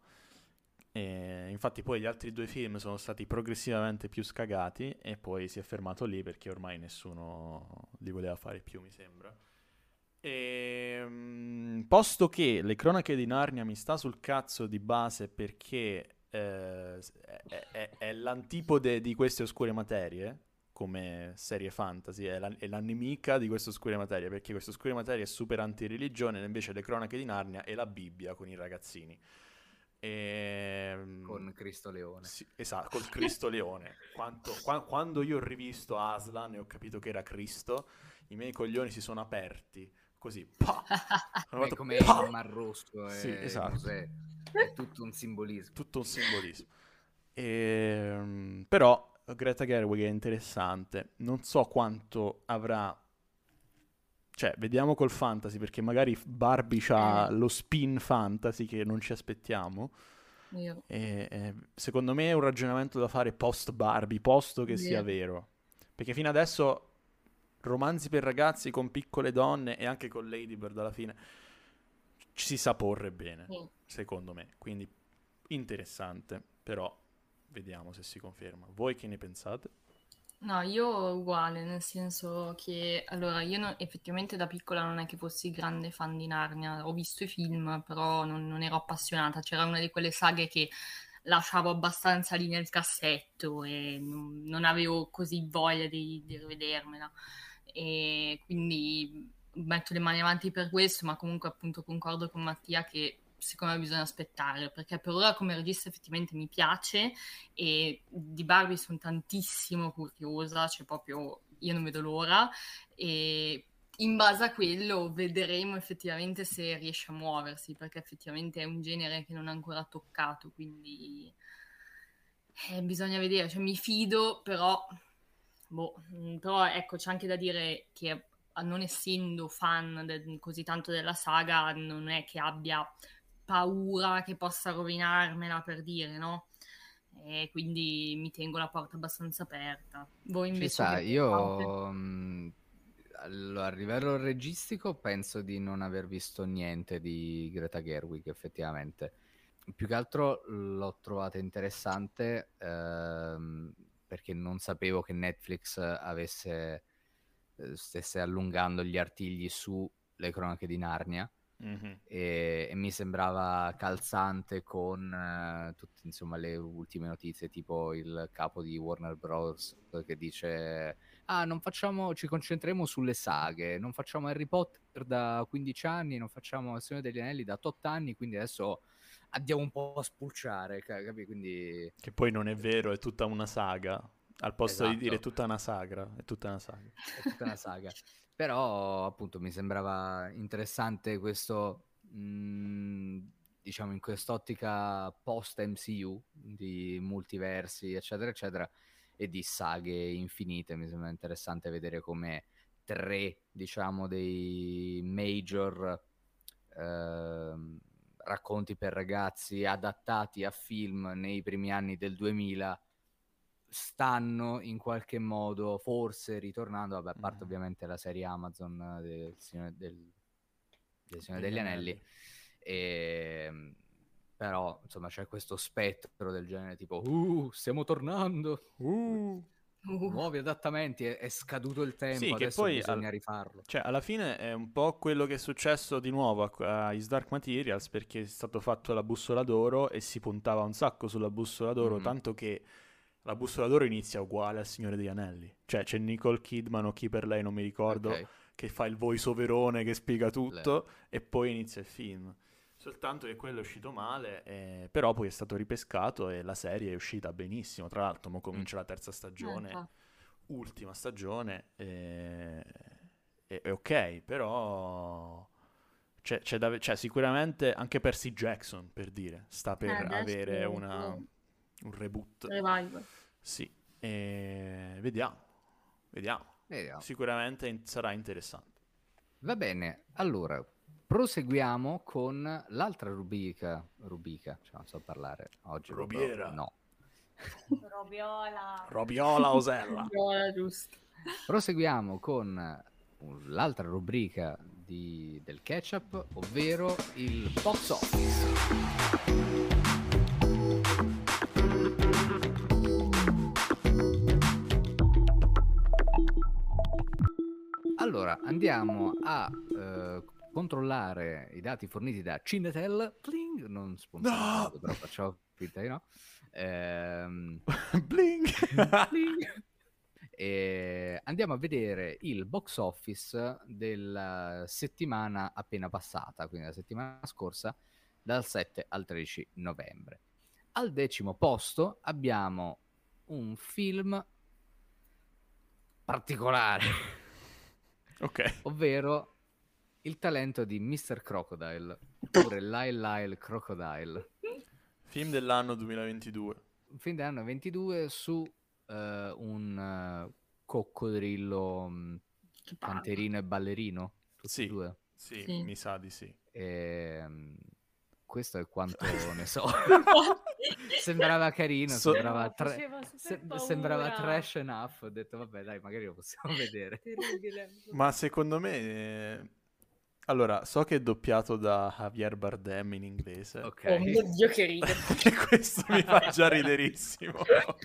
E infatti poi gli altri due film sono stati progressivamente più scagati e poi si è fermato lì perché ormai nessuno li voleva fare più, mi sembra. E, mm, posto che le Cronache di Narnia mi sta sul cazzo di base perché eh, è, è- è l'antipode di queste oscure materie, come serie fantasy, è la, è la nemica di queste oscure materie, perché queste oscure materie è super antireligione, e invece le Cronache di Narnia è la Bibbia con i ragazzini. E, Con Cristo Leone. sì, esatto, col Cristo Leone. Quanto- qua- quando io ho rivisto Aslan e ho capito che era Cristo, i miei coglioni si sono aperti. Così, pa! Hanno È fatto come pa! il Mar Rosso e Sì, esatto. Mosè. È tutto un simbolismo. Tutto un simbolismo. Ehm, però Greta Gerwig è interessante. Non so quanto avrà. Cioè, vediamo col fantasy, perché magari Barbie c'ha Eh. lo spin fantasy che non ci aspettiamo. io. E, eh, secondo me è un ragionamento da fare post Barbie, posto che sia Vero. vero. Perché fino adesso romanzi per ragazzi con piccole donne e anche con Lady Bird alla fine ci si sa porre bene, Sì. secondo me. Quindi interessante, però vediamo se si conferma. Voi che ne pensate? No, io uguale, nel senso che allora io non- effettivamente da piccola non è che fossi grande fan di Narnia, ho visto i film, però non, non ero appassionata. C'era una di quelle saghe che lasciavo abbastanza lì nel cassetto e non, non avevo così voglia di, di rivedermela. E quindi metto le mani avanti per questo, ma comunque appunto concordo con Mattia che secondo me bisogna aspettare, perché per ora come regista effettivamente mi piace e di Barbie sono tantissimo curiosa, cioè proprio io non vedo l'ora e in base a quello vedremo effettivamente se riesce a muoversi, perché effettivamente è un genere che non ha ancora toccato, quindi eh, bisogna vedere, cioè mi fido, però boh, mm, però ecco c'è anche da dire che ah, non essendo fan de- così tanto della saga non è che abbia paura che possa rovinarmela, per dire, no? E quindi mi tengo la porta abbastanza aperta. Voi Ci invece sta, che pensate? io mh, allora, a livello registico penso di non aver visto niente di Greta Gerwig effettivamente. Più che altro l'ho trovata interessante ehm, perché non sapevo che Netflix avesse eh, stesse allungando gli artigli su Le Cronache di Narnia. Mhm. e, e mi sembrava calzante con eh, tutte insomma le ultime notizie, tipo il capo di Warner Bros. Che dice ah non facciamo, ci concentriamo sulle saghe, non facciamo Harry Potter da quindici anni, non facciamo Il Signore degli Anelli da otto anni, quindi adesso andiamo un po' a spulciare, ca- capi? Quindi Che poi non è vero, è tutta una saga. Al posto di Esatto. dire tutta una sagra, è tutta una saga. è tutta una saga. Però appunto mi sembrava interessante questo, mh, diciamo in quest'ottica post M C U di multiversi eccetera eccetera e di saghe infinite. Mi sembra interessante vedere come tre, diciamo, dei major ehm, racconti per ragazzi adattati a film nei primi anni del duemila stanno in qualche modo forse ritornando, vabbè, a parte Mhm. ovviamente la serie Amazon del Signore, del, del Signore Degli degli Anelli. Anelli, e, però insomma c'è questo spettro del genere tipo uh, stiamo tornando, Uh. Uh, nuovi adattamenti, è, è scaduto il tempo, Sì, che adesso poi bisogna al- rifarlo. Cioè, alla fine è un po' quello che è successo di nuovo a, a His Dark Materials, perché è stato fatto la bussola d'oro e si puntava un sacco sulla bussola d'oro, Mhm. tanto che la bussola d'oro inizia uguale al Signore degli Anelli. Cioè, c'è Nicole Kidman o chi per lei, non mi ricordo, Ok. che fa il voice overone che spiega tutto e poi inizia il film. Soltanto che quello è uscito male, eh, però poi è stato ripescato e la serie è uscita benissimo. Tra l'altro, mo comincia la terza eh, stagione, infatti. ultima stagione, e... è, è ok, però c'è, c'è da, cioè, sicuramente anche Percy Jackson, per dire, sta per Eh, adesso avere un una, po' un reboot. revival. Sì, e vediamo, vediamo. Vediamo. Sicuramente in- sarà interessante. Va bene, allora proseguiamo con l'altra rubrica, rubrica, cioè non so parlare oggi proprio, Rubiera. no. Robiola. Robiola Osella. Però, giusto. Proseguiamo con un- l'altra rubrica di- del ketchup, ovvero il box office. Allora, andiamo a eh, controllare i dati forniti da Cinetel. Pling, non sponsorizzato, No! però facciamo finta di no. Ehm, Bling! Pling. E andiamo a vedere il box office della settimana appena passata, quindi la settimana scorsa, dal sette al tredici novembre. Al decimo posto abbiamo un film particolare, Ok. ovvero Il talento di mister Crocodile, oppure Lyle Lyle Crocodile, Film dell'anno duemilaventidue. un film dell'anno ventidue su eh, un eh, coccodrillo mh, Che parla. canterino e ballerino, tutti Sì. e due. Sì, Sì. mi sa di sì. E, mh, questo è quanto ne so. Sembrava carino, So- sembrava, No, tra- faceva super se- paura. sembrava trash enough. Ho detto, vabbè, dai, magari lo possiamo vedere. Terribile. Ma secondo me... eh, Allora, so che è doppiato da Javier Bardem in inglese. Ok. Oh mio Dio, che ride. E questo mi fa già riderissimo.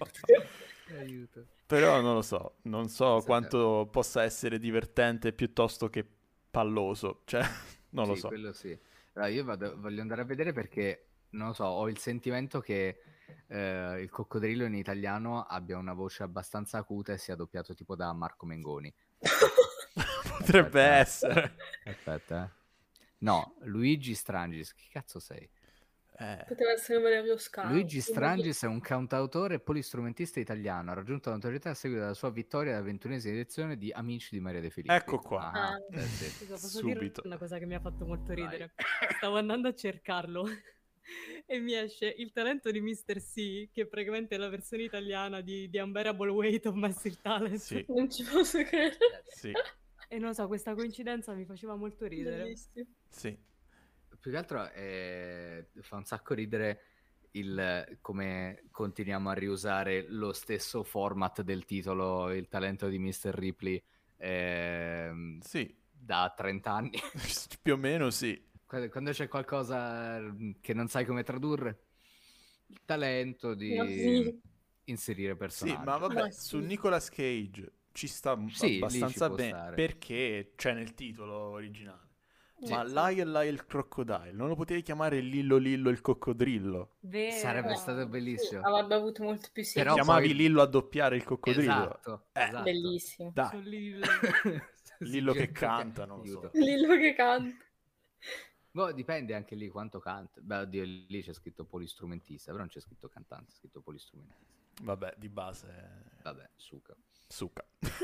Aiuto. Però non lo so, non so Sì, quanto possa essere divertente piuttosto che palloso. Cioè, non lo Sì, so. quello sì. Allora, io vado- voglio andare a vedere perché, non lo so, ho il sentimento che eh, il coccodrillo in italiano abbia una voce abbastanza acuta e sia doppiato tipo da Marco Mengoni. Potrebbe Aspetta. essere. Aspetta, eh. No, Luigi Strangis. Che cazzo sei? Eh, Poteva essere Valerio Scalo. Luigi Strangis è un cantautore e polistrumentista italiano. Ha raggiunto la notorietà a seguito della sua vittoria alla ventunesima edizione di Amici di Maria De Filippi. Ecco qua. Ah, Ah. eh sì. Scusa, posso Subito. dire una cosa che mi ha fatto molto Vai. ridere? Stavo andando a cercarlo e mi esce Il talento di mister C, che è praticamente la versione italiana di The Unbearable Weight of Massive Talent. Sì, Non ci posso credere. sì, E non so, questa coincidenza mi faceva molto ridere. Bellissimo. sì. Più che altro eh, fa un sacco ridere il come continuiamo a riusare lo stesso format del titolo Il talento di mister Ripley ehm, Sì, da trenta anni. più o meno sì. Quando quando c'è qualcosa mm, che non sai come tradurre, il talento di Ma sì. inserire Sì, personaggi. ma vabbè, Ma su sì. Nicolas Cage ci sta Sì, lì abbastanza ci può bene stare. perché c'è nel titolo originale. Ma Sì. Lai e Lai il crocodile, non lo potevi chiamare Lillo Lillo il coccodrillo? Vero. Sarebbe No, stato sì, bellissimo. avrebbe avuto molto più senso. Però Chiamavi poi- Lillo a doppiare il coccodrillo. Esatto, Eh, esatto. Bellissimo. Dai, Su Lil. Lillo che Sì, canta, non lo aiuto. so. Lillo che canta. Boh, dipende anche lì quanto canta. Beh, oddio, lì c'è scritto polistrumentista, però non c'è scritto cantante, c'è scritto polistrumentista. Vabbè, di base, Vabbè, suca. succa.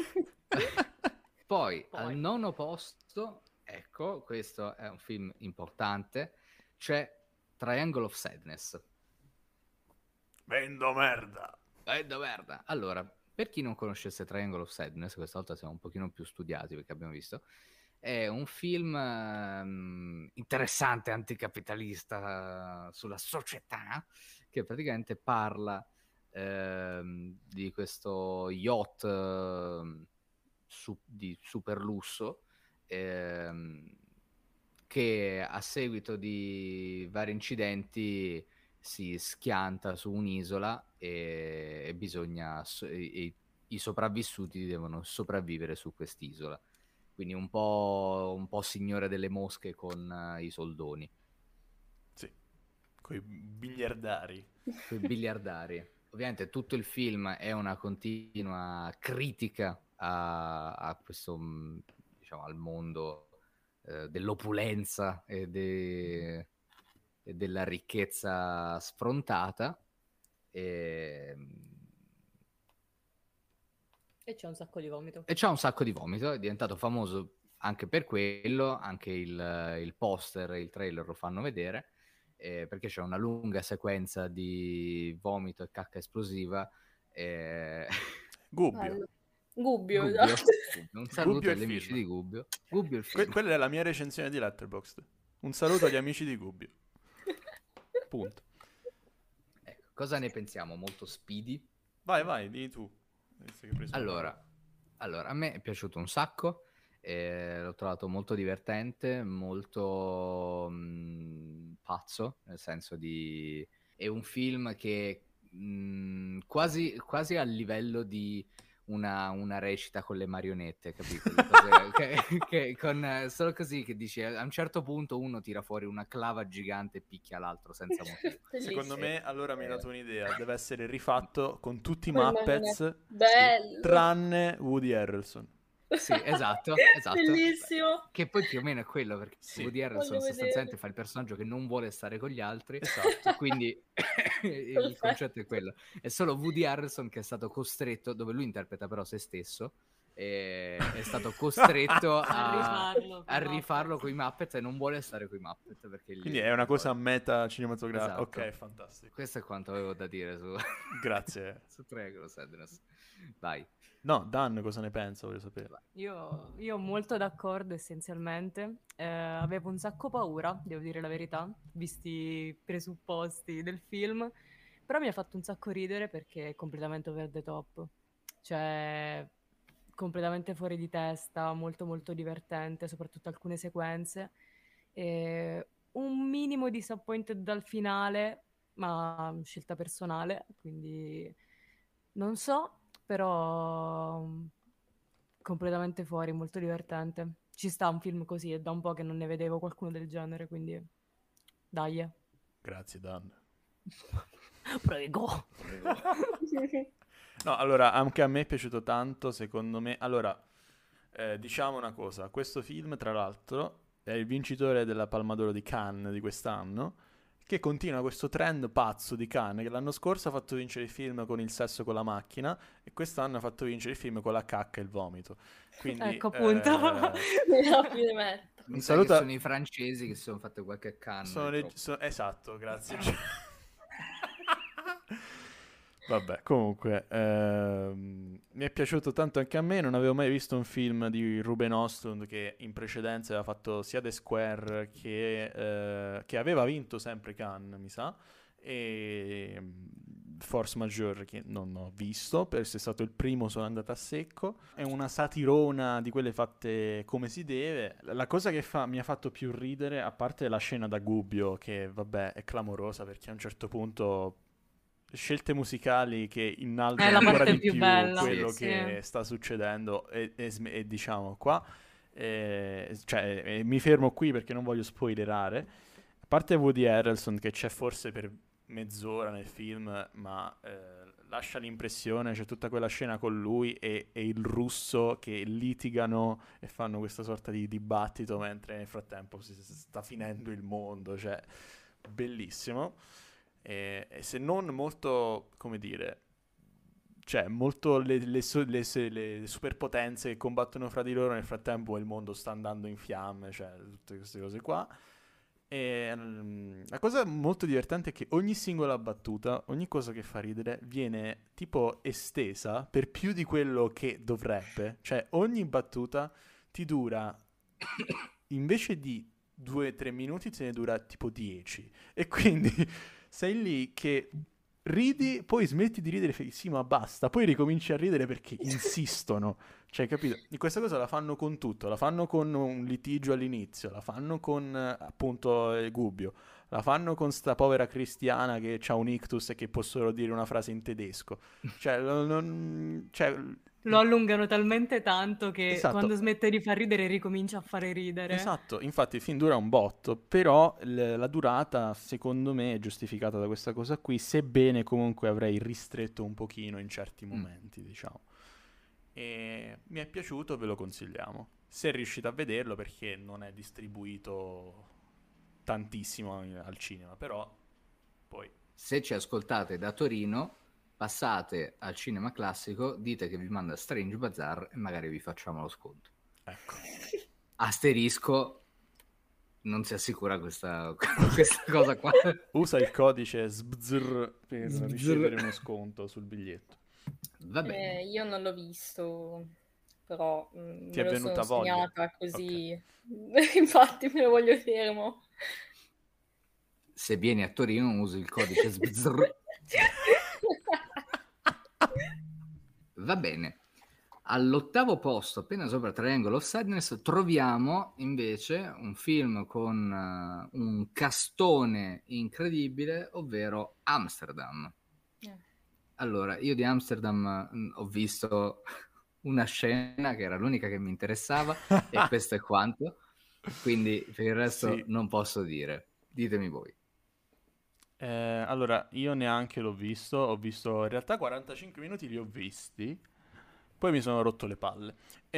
Poi, Poi. al nono posto, ecco, questo è un film importante, c'è Triangle of Sadness. Vendo merda. Eh, da merda. Allora, per chi non conoscesse Triangle of Sadness, questa volta siamo un pochino più studiati perché abbiamo visto, è un film ehm, interessante, anticapitalista, eh, sulla società, che praticamente parla ehm, di questo yacht ehm, su- di super lusso ehm, che a seguito di vari incidenti si schianta su un'isola e, e bisogna so- e- e i sopravvissuti devono sopravvivere su quest'isola. Quindi un po', un po' Signore delle Mosche con eh, i soldoni, Sì, coi biliardari. quei biliardari. Ovviamente tutto il film è una continua critica a, a questo, mh, diciamo, al mondo eh, dell'opulenza e, de- e della ricchezza sfrontata. E, E c'è un sacco di vomito. e c'ha un sacco di vomito, è diventato famoso anche per quello, anche il, il poster, il trailer lo fanno vedere, eh, perché c'è una lunga sequenza di vomito e cacca esplosiva. eh, Gubbio. Bello. Gubbio, Gubbio. esatto. Gubbio. Un saluto Gubbio il agli amici film. di Gubbio. Gubbio il Que- film. quella è la mia recensione di Letterboxd. Un saluto agli amici di Gubbio. Punto. Ecco, cosa ne pensiamo? Molto speedy. Vai, vai, di tu. Visto che hai preso la Allora, parola. allora, a me è piaciuto un sacco, eh, l'ho trovato molto divertente, molto mh, pazzo, nel senso di... è un film che mh, quasi, quasi a livello di una, una recita con le marionette, capito? Le cose che, che con, eh, solo così che dici, a un certo punto uno tira fuori una clava gigante e picchia l'altro senza motivo. Secondo me, allora mi hai Eh. dato un'idea. Deve essere rifatto con tutti i Con le Muppets, Bello. tranne Woody Harrelson. Sì, esatto, esatto. Bellissimo. Che poi più o meno è quello, perché Sì. Woody Harrelson Voglio sostanzialmente vedere. fa il personaggio che non vuole stare con gli altri, Esatto. quindi il Perfetto. concetto è quello. È solo Woody Harrelson che è stato costretto, dove lui interpreta però se stesso, e è stato costretto A a, rifarlo. a rifarlo con i Muppets e non vuole stare con i Muppets perché gli- Quindi è una cosa meta cinematografica. Esatto. Ok, fantastico. Questo è quanto avevo da dire su, Grazie. su Triangle of Sadness. Vai. No, Dan, cosa ne pensa? Voglio sapere. Io, io molto d'accordo essenzialmente. Eh, avevo un sacco paura, devo dire la verità, visti i presupposti del film, però mi ha fatto un sacco ridere perché è completamente over the top. Cioè, completamente fuori di testa, molto molto divertente, soprattutto alcune sequenze. E un minimo disappointed dal finale, ma scelta personale, quindi non so, però mm, completamente fuori, molto divertente. Ci sta un film così, è da un po' che non ne vedevo qualcuno del genere, quindi dai. eh. Grazie, Dan. Prego. No, allora, anche a me è piaciuto tanto, secondo me. Allora, eh, diciamo una cosa. Questo film, tra l'altro, è il vincitore della Palma d'Oro di Cannes di quest'anno, che continua questo trend pazzo di Cannes, che l'anno scorso ha fatto vincere il film con il sesso con la macchina e quest'anno ha fatto vincere il film con la cacca e il vomito. Quindi, Ecco, appunto. eh, No, più ne metto. Mi Un sa saluto che a- sono i francesi che si sono fatti qualche canno. sono di le- troppo. so- esatto, grazie. Vabbè, comunque, ehm, mi è piaciuto tanto anche a me. Non avevo mai visto un film di Ruben Östlund che in precedenza aveva fatto sia The Square che, eh, che aveva vinto sempre Cannes, mi sa, e mm, Force Majeure che non ho visto, per essere stato il primo sono andato a secco. È una satirona di quelle fatte come si deve. La cosa che fa- mi ha fatto più ridere, a parte la scena da Gubbio, che vabbè è clamorosa perché a un certo punto scelte musicali che innalzano È la ancora parte di più più bella, quello sì, che sì. sta succedendo e, e sm- e diciamo qua E, cioè, e mi fermo qui perché non voglio spoilerare. A parte Woody Harrelson che c'è forse per mezz'ora nel film, ma eh, lascia l'impressione, c'è tutta quella scena con lui e, e il russo che litigano e fanno questa sorta di dibattito mentre nel frattempo si, si sta finendo il mondo, cioè bellissimo. E, e se non molto, come dire, cioè molto le, le, so- le, se- le superpotenze che combattono fra di loro, nel frattempo il mondo sta andando in fiamme, cioè tutte queste cose qua. E mm, la cosa molto divertente è che ogni singola battuta, ogni cosa che fa ridere, viene tipo estesa per più di quello che dovrebbe. Cioè ogni battuta ti dura, invece di due tre minuti, te ne dura tipo dieci. E quindi sei lì che ridi, poi smetti di ridere, fai sì ma basta, poi ricominci a ridere perché insistono. Cioè, capito? E questa cosa la fanno con tutto, la fanno con un litigio all'inizio, la fanno con eh, appunto il Gubbio, la fanno con sta povera cristiana che ha un ictus e che può solo dire una frase in tedesco. Cioè, lo- non, cioè, Lo allungano talmente tanto che Esatto. quando smette di far ridere ricomincia a fare ridere. esatto, infatti il film dura un botto, però l- la durata secondo me è giustificata da questa cosa qui, sebbene comunque avrei ristretto un pochino in certi momenti, diciamo. E mi è piaciuto, ve lo consigliamo. Se riuscite a vederlo, perché non è distribuito tantissimo in- al cinema, però poi Se ci ascoltate da Torino, passate al cinema classico, dite che vi manda Strange Bazaar e magari vi facciamo lo sconto. ecco. Asterisco, non si assicura questa, questa cosa qua. Usa il codice S B Z R per S B Z R. ricevere uno sconto sul biglietto. Va bene. Eh, io non l'ho visto, però mm, Ti è me lo venuta sono voglia? segnata così. Infatti me lo voglio vedere mo. Se vieni a Torino usi il codice S B Z R. Va bene. All'ottavo posto, appena sopra Triangle of Sadness, troviamo invece un film con uh, un castone incredibile, ovvero Amsterdam. Eh. Allora, io di Amsterdam mh, ho visto una scena che era l'unica che mi interessava e questo è quanto. Quindi per il resto Sì. non posso dire. Ditemi voi. Eh, allora, io neanche l'ho visto, ho visto in realtà quarantacinque minuti li ho visti, poi mi sono rotto le palle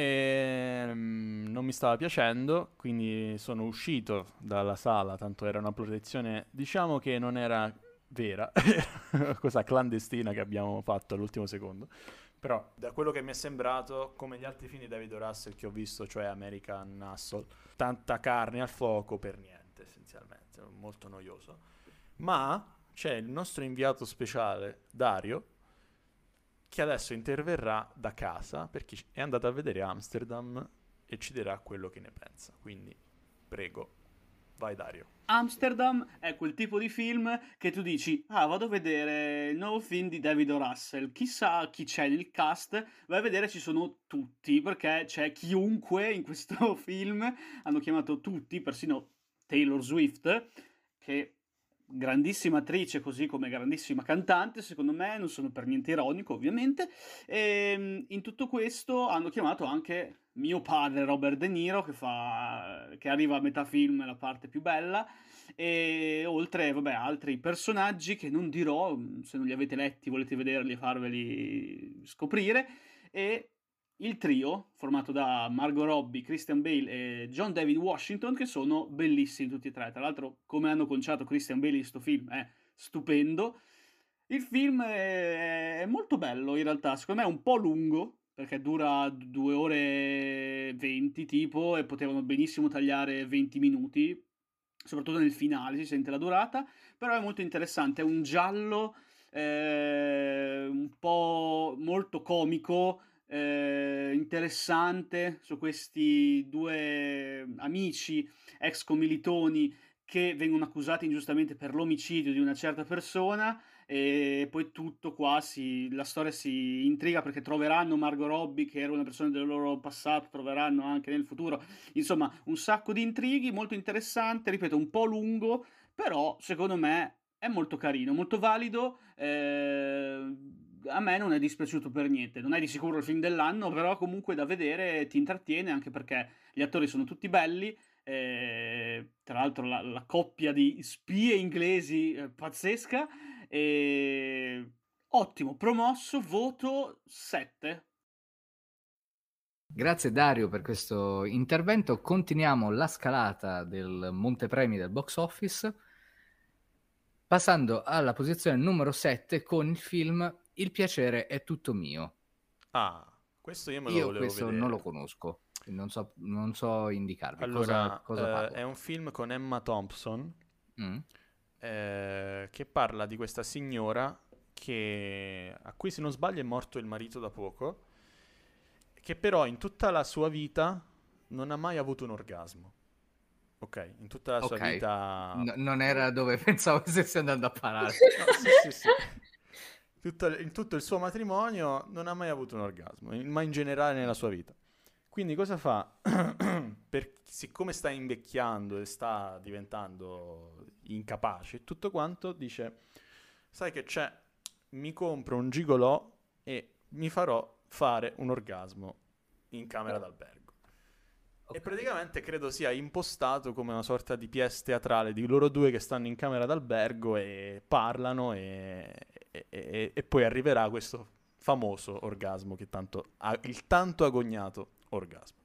e mm, non mi stava piacendo, quindi sono uscito dalla sala, tanto era una protezione, diciamo che non era vera, era una cosa clandestina che abbiamo fatto all'ultimo secondo, però da quello che mi è sembrato, come gli altri film di David O. Russell che ho visto, cioè American Hustle, tanta carne al fuoco per niente essenzialmente, molto noioso. Ma c'è il nostro inviato speciale, Dario, che adesso interverrà da casa perché è andato a vedere Amsterdam e ci dirà quello che ne pensa. Quindi, prego, vai Dario. Amsterdam è quel tipo di film che tu dici, ah, vado a vedere il nuovo film di David O. Russell, chissà chi c'è nel cast, vai a vedere, ci sono tutti, perché c'è chiunque in questo film, hanno chiamato tutti, persino Taylor Swift, che grandissima attrice così come grandissima cantante, secondo me, non sono per niente ironico ovviamente, e in tutto questo hanno chiamato anche mio padre Robert De Niro che fa che arriva a metà film, la parte più bella, e oltre vabbè altri personaggi che non dirò, se non li avete letti volete vederli e farveli scoprire, e il trio formato da Margot Robbie, Christian Bale e John David Washington, che sono bellissimi tutti e tre. Tra l'altro, come hanno conciato Christian Bale in questo film è stupendo. Il film è, è molto bello in realtà, secondo me è un po' lungo perché dura due ore e venti tipo, e potevano benissimo tagliare venti minuti, soprattutto nel finale si sente la durata, però è molto interessante, è un giallo eh, un po' molto comico, eh, interessante, su questi due amici ex commilitoni che vengono accusati ingiustamente per l'omicidio di una certa persona, e poi tutto qua si, la storia si intriga perché troveranno Margot Robbie che era una persona del loro passato, troveranno anche nel futuro, insomma un sacco di intrighi, molto interessante, ripeto un po' lungo, però secondo me è molto carino, molto valido, eh, a me non è dispiaciuto per niente. Non è di sicuro il film dell'anno, però comunque da vedere ti intrattiene, anche perché gli attori sono tutti belli. Eh, tra l'altro la, la coppia di spie inglesi eh, pazzesca. E... ottimo, promosso, voto sette. Grazie Dario per questo intervento. Continuiamo la scalata del montepremi del box office, passando alla posizione numero sette con il film Il piacere è tutto mio. Ah, questo io me lo Io volevo questo vedere. non lo conosco, non so, non so indicarvi. Allora, cosa, cosa eh, parla. è un film con Emma Thompson Mm? eh, che parla di questa signora che, a cui, se non sbaglio, è morto il marito da poco, che però in tutta la sua vita non ha mai avuto un orgasmo. Ok, in tutta la sua Ok. vita... N- non era dove pensavo che stessi andando a parare. No, sì, sì, sì. Tutto, in tutto il suo matrimonio non ha mai avuto un orgasmo, in- ma in generale nella sua vita. Quindi cosa fa? Per, siccome sta invecchiando e sta diventando incapace, tutto quanto, dice, sai che c'è? Mi compro un gigolò e mi farò fare un orgasmo in camera d'albergo. Ok. E praticamente credo sia impostato come una sorta di pièce teatrale di loro due che stanno in camera d'albergo e parlano e, e- e- e poi arriverà questo famoso orgasmo che tanto ha, il tanto agognato orgasmo.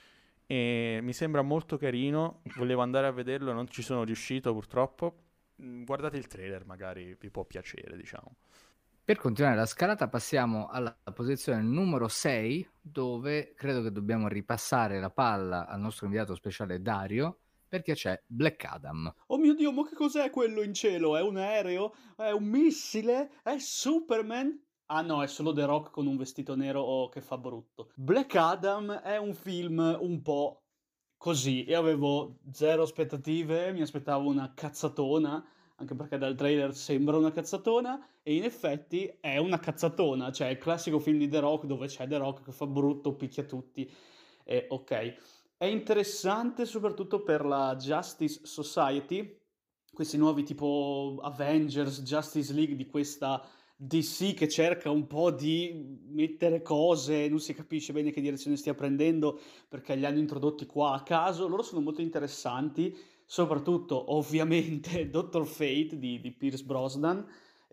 E mi sembra molto carino, volevo andare a vederlo, non ci sono riuscito purtroppo. Mm, Guardate il trailer, magari vi può piacere, diciamo. Per continuare la scalata passiamo alla posizione numero sei, dove credo che dobbiamo ripassare la palla al nostro inviato speciale Dario, perché c'è Black Adam. Oh mio Dio, ma che cos'è quello in cielo? È un aereo? È un missile? È Superman? Ah no, è solo The Rock con un vestito nero oh, che fa brutto. Black Adam è un film un po' così. Io avevo zero aspettative, mi aspettavo una cazzatona, anche perché dal trailer sembra una cazzatona, e in effetti è una cazzatona. Cioè il classico film di The Rock dove c'è The Rock che fa brutto, picchia tutti. E ok. È interessante soprattutto per la Justice Society, questi nuovi tipo Avengers, Justice League di questa D C che cerca un po' di mettere cose, non si capisce bene che direzione stia prendendo perché li hanno introdotti qua a caso. Loro sono molto interessanti, soprattutto ovviamente Doctor Fate di, di Pierce Brosnan,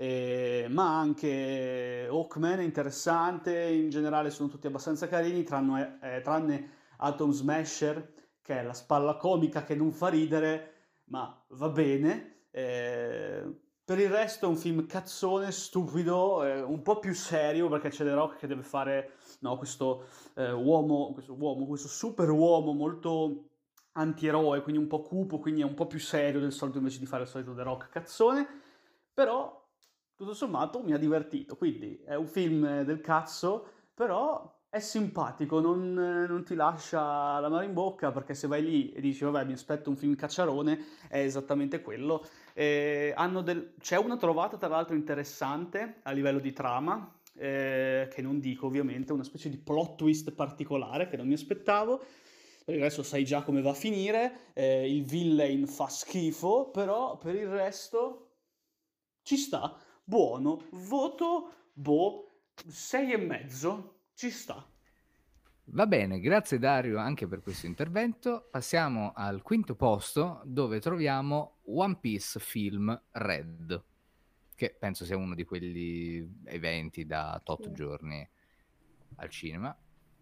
eh, ma anche Hawkman è interessante, in generale sono tutti abbastanza carini, tranne, eh, tranne Atom Smasher, che è la spalla comica che non fa ridere, ma va bene. Eh, per il resto è un film cazzone, stupido, eh, un po' più serio, perché c'è The Rock che deve fare no, questo, eh, uomo, questo uomo, questo super uomo molto antieroe, quindi un po' cupo, quindi è un po' più serio del solito invece di fare il solito The Rock cazzone, però tutto sommato mi ha divertito, quindi è un film del cazzo, però è simpatico, non, non ti lascia l'amaro in bocca, perché se vai lì e dici vabbè mi aspetto un film cacciarone, è esattamente quello. Eh, hanno del... C'è una trovata tra l'altro interessante a livello di trama, eh, che non dico ovviamente, una specie di plot twist particolare che non mi aspettavo, perché adesso sai già come va a finire, eh, il villain fa schifo, però per il resto ci sta, buono, voto, boh, sei e mezzo. Ci sta. Va bene, grazie Dario anche per questo intervento. Passiamo al quinto posto dove troviamo One Piece Film Red, che penso sia uno di quegli eventi da tot Sì. giorni al cinema.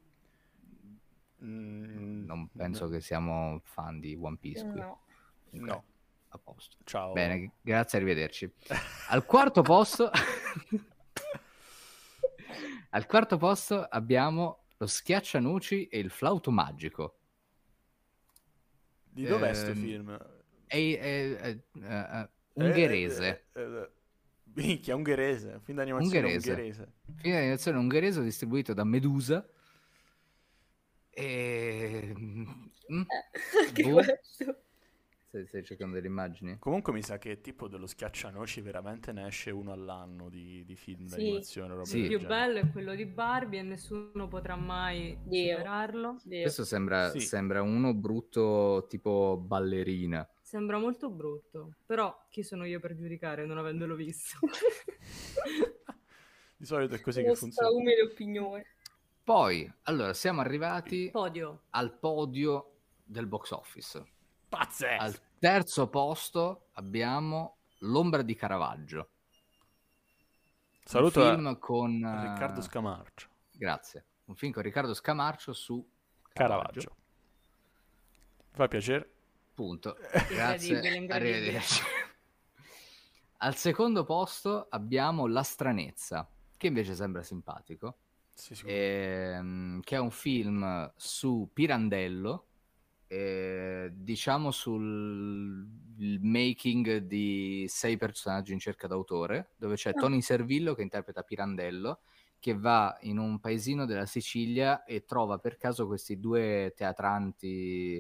Mm, Non penso no. che siamo fan di One Piece qui. No. Ok, No. a posto. Ciao. Bene, grazie, arrivederci. Al quarto posto Al quarto posto abbiamo Lo Schiaccianoci e il Flauto Magico. Di dov'è Ehm, sto film? È, è- è- è- ungherese. Eh, eh, eh, minchia, ungherese. Film d'animazione Ungherese. ungherese. Film di animazione ungherese distribuito da Medusa. E... mm, Eh, che boh. questo? Stai, stai cercando delle immagini? Comunque mi sa che tipo dello Schiaccianoci veramente ne esce uno all'anno di, di film Sì. d'animazione. roba Sì. Il del più genere. bello è quello di Barbie e nessuno potrà mai Dio. superarlo. Dio. Questo sembra, Sì. sembra uno brutto tipo ballerina. Sembra molto brutto, però chi sono io per giudicare non avendolo visto? Di solito è così che Nostra funziona. umile opinione. Poi, allora, siamo arrivati Podio. al podio del box office. Pazzesco! Al terzo posto abbiamo L'ombra di Caravaggio. Saluto un a film con Riccardo eh, Scamarcio. Grazie. Un film con Riccardo Scamarcio su Caravaggio. Caravaggio. Fa piacere. Punto. Incredibile, Grazie. incredibile. Arrivederci. Al secondo posto abbiamo La stranezza, che invece sembra simpatico, Sì, sicuro. ehm, che è un film su Pirandello, eh, diciamo sul il making di sei personaggi in cerca d'autore, dove c'è Tony Servillo che interpreta Pirandello, che va in un paesino della Sicilia e trova per caso questi due teatranti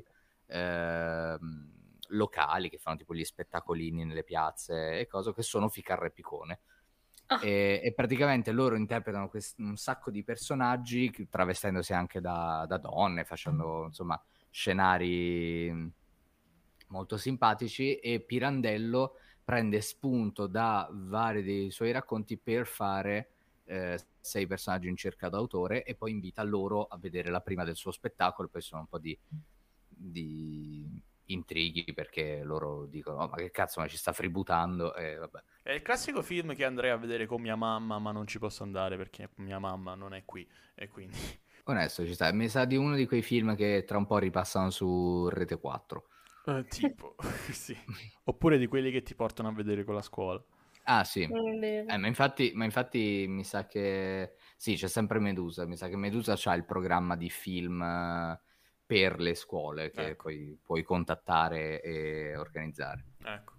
ehm, locali che fanno tipo gli spettacolini nelle piazze e cose, che sono Ficarra e Picone. Ah. E, e praticamente loro interpretano quest- un sacco di personaggi che- travestendosi anche da, da donne, facendo insomma scenari molto simpatici, e Pirandello prende spunto da vari dei suoi racconti per fare eh, sei personaggi in cerca d'autore e poi invita loro a vedere la prima del suo spettacolo. Poi sono un po' di, di intrighi perché loro dicono oh, ma che cazzo, ma ci sta freebootando, e vabbè. È il classico film che andrei a vedere con mia mamma, ma non ci posso andare perché mia mamma non è qui e quindi... Onesto, ci sta. Mi sa di uno di quei film che tra un po' ripassano su Rete quattro. Eh, tipo, sì. Oppure di quelli che ti portano a vedere con la scuola. Ah sì, Non è vero. eh, ma infatti, ma infatti mi sa che sì, c'è sempre Medusa. Mi sa che Medusa c'ha il programma di film eh, per le scuole che Ecco. poi puoi contattare e organizzare. Ecco.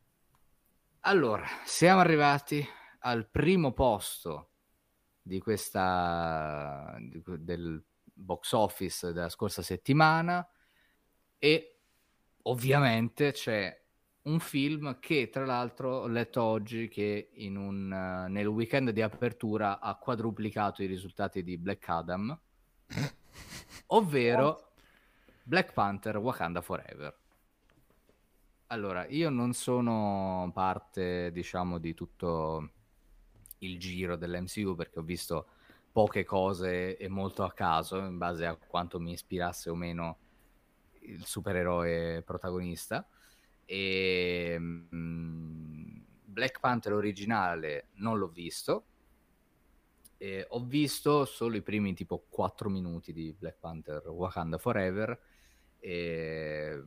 Allora, siamo arrivati al primo posto di questa di que- del box office della scorsa settimana, e ovviamente c'è un film che tra l'altro ho letto oggi che in un, eh, nel weekend di apertura ha quadruplicato i risultati di Black Adam, ovvero Black Panther Wakanda Forever. Allora, io non sono parte, diciamo, di tutto il giro dell'M C U perché ho visto poche cose e molto a caso, in base a quanto mi ispirasse o meno il supereroe protagonista. E mm, Black Panther originale non l'ho visto. E ho visto solo i primi tipo quattro minuti di Black Panther Wakanda Forever e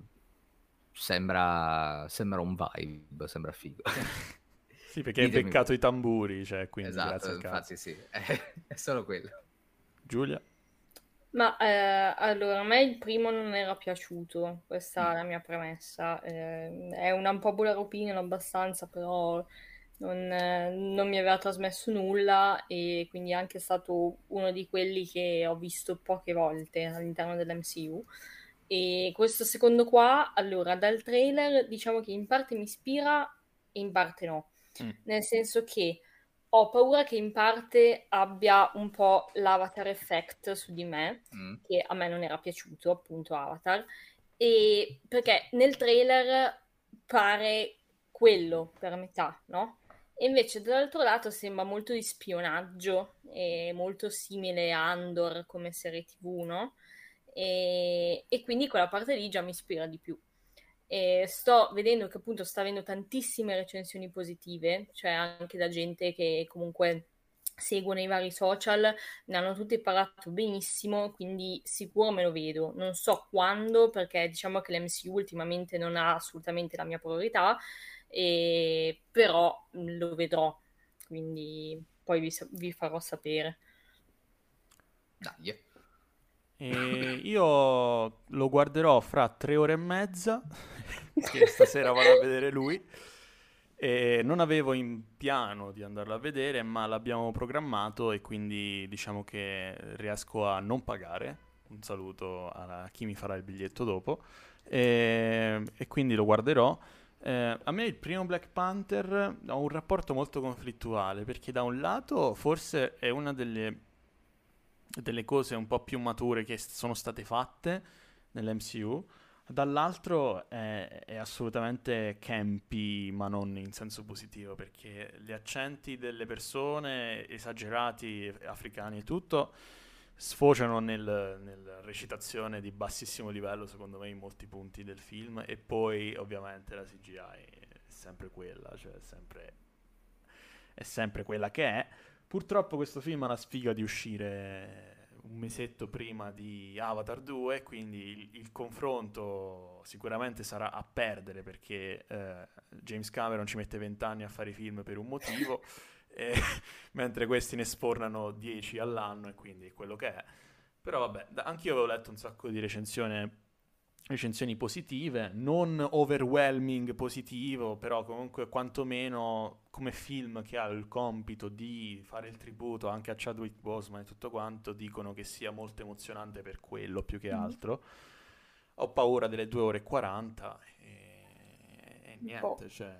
sembra sembra un vibe, sembra figo. Sì, perché hai Ditemi beccato voi. i tamburi, cioè, quindi Esatto, grazie al cazzo. infatti sì, è solo quello. Giulia? Ma eh, allora, a me il primo non era piaciuto, questa Mm. è la mia premessa. Eh, è una unpopular opinion abbastanza, però non, eh, non mi aveva trasmesso nulla e quindi è anche stato uno di quelli che ho visto poche volte all'interno dell'M C U. E questo secondo qua, allora, dal trailer diciamo che in parte mi ispira e in parte no. Mm. Nel senso che ho paura che in parte abbia un po' l'Avatar effect su di me, Mm. che a me non era piaciuto, appunto Avatar, e perché nel trailer pare quello per metà, no? E invece dall'altro lato sembra molto di spionaggio, e molto simile a Andor come serie tivù, no? E, e quindi quella parte lì già mi ispira di più. E sto vedendo che appunto sta avendo tantissime recensioni positive, cioè anche da gente che comunque seguono i vari social, ne hanno tutti parlato benissimo, quindi sicuro me lo vedo. Non so quando, perché diciamo che l'M C U ultimamente non ha assolutamente la mia priorità, e... però mh, lo vedrò, quindi poi vi, sa- vi farò sapere. Dai. E io lo guarderò fra tre ore e mezza, che stasera vado a vedere lui. E non avevo in piano di andarlo a vedere, ma l'abbiamo programmato e quindi diciamo che riesco a non pagare. Un saluto a chi mi farà il biglietto dopo. E, e quindi lo guarderò. Eh, a me il primo Black Panther ha un rapporto molto conflittuale, perché da un lato forse è una delle, delle cose un po' più mature che sono state fatte nell'M C U. Dall'altro è, è assolutamente campy, ma non in senso positivo, perché gli accenti delle persone, esagerati, africani e tutto, sfociano nel, nella recitazione di bassissimo livello, secondo me, in molti punti del film, e poi ovviamente la C G I è sempre quella, cioè è sempre, è sempre quella che è. Purtroppo questo film ha la sfiga di uscire un mesetto prima di Avatar due, quindi il, il confronto sicuramente sarà a perdere, perché eh, James Cameron ci mette vent'anni a fare i film per un motivo, e, mentre questi ne sfornano dieci all'anno, e quindi è quello che è. Però vabbè, da, anch'io avevo letto un sacco di recensioni recensioni positive, non overwhelming positivo, però comunque quantomeno come film che ha il compito di fare il tributo anche a Chadwick Boseman e tutto quanto, dicono che sia molto emozionante per quello più che altro. Ho paura delle due ore e quaranta e, e niente, cioè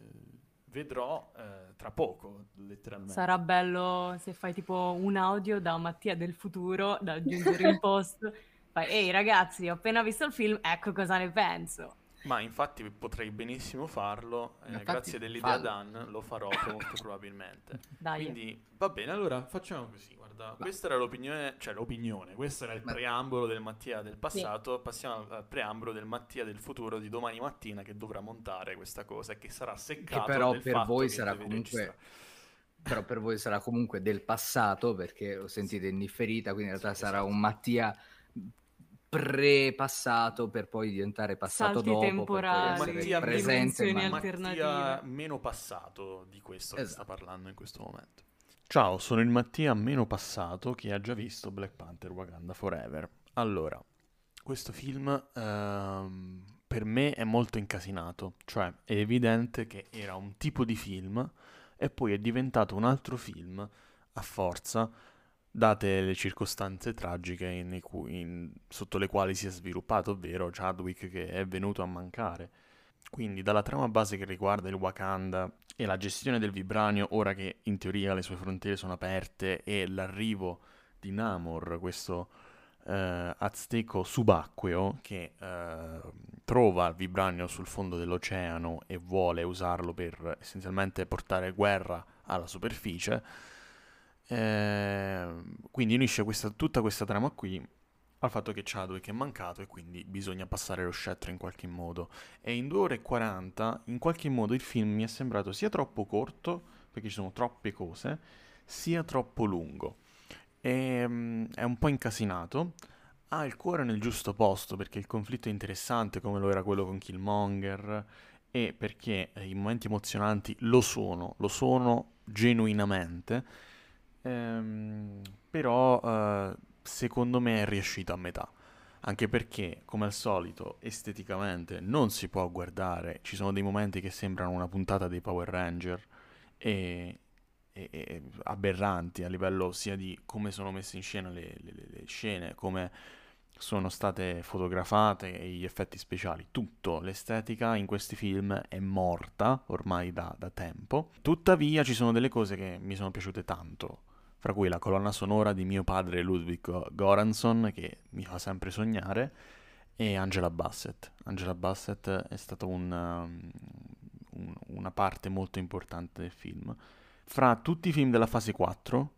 vedrò eh, tra poco, letteralmente. Sarà bello se fai tipo un audio da Mattia del futuro da aggiungere in post. Fai, ehi ragazzi, ho appena visto il film, ecco cosa ne penso. Ma infatti potrei benissimo farlo, eh, Infatti, grazie dell'idea fallo. Dan, lo farò molto probabilmente. Dai. Quindi va bene, allora facciamo così, guarda, questa era l'opinione, cioè l'opinione, questo era il Ma- preambolo del Mattia del passato, passiamo al preambolo del Mattia del futuro di domani mattina, che dovrà montare questa cosa e che sarà seccato Che però del per fatto voi che sarà deve comunque registrare. però per voi sarà comunque del passato, perché lo sentite in differita, quindi in realtà Sì, sarà esatto. un Mattia pre-passato per poi diventare passato Salti dopo, per temporali, poi essere Mattia presente. dimensioni Ma... alternative. Mattia meno passato di questo che sta Esatto. parlando in questo momento. Ciao, sono il Mattia meno passato che ha già visto Black Panther Wakanda Forever. Allora, questo film ehm, per me è molto incasinato, cioè è evidente che era un tipo di film e poi è diventato un altro film a forza, date le circostanze tragiche in cui, in- sotto le quali si è sviluppato, ovvero Chadwick che è venuto a mancare. Quindi dalla trama base che riguarda il Wakanda e la gestione del vibranio, ora che in teoria le sue frontiere sono aperte, e l'arrivo di Namor, questo eh, azteco subacqueo che eh, trova il vibranio sul fondo dell'oceano e vuole usarlo per essenzialmente portare guerra alla superficie. Eh, quindi unisce questa- tutta questa trama qui al fatto che Chadwick è mancato e quindi bisogna passare lo scettro in qualche modo. E in due ore e quaranta, in qualche modo il film mi è sembrato sia troppo corto, perché ci sono troppe cose, sia troppo lungo. E, mm, è un po' incasinato. Ha il cuore nel giusto posto, perché il conflitto è interessante, come lo era quello con Killmonger, e perché eh, i momenti emozionanti lo sono, lo sono genuinamente. Ehm, però eh, secondo me è riuscito a metà, anche perché come al solito esteticamente non si può guardare, ci sono dei momenti che sembrano una puntata dei Power Ranger e, e- e aberranti a livello sia di come sono messe in scena le, le- le- le scene, come sono state fotografate e gli effetti speciali, tutto, l'estetica in questi film è morta ormai da, da tempo. Tuttavia ci sono delle cose che mi sono piaciute tanto, fra cui la colonna sonora di mio padre Ludwig Göransson, che mi fa sempre sognare, e Angela Bassett. Angela Bassett è stata un, um, un- una parte molto importante del film. Fra tutti i film della fase quattro,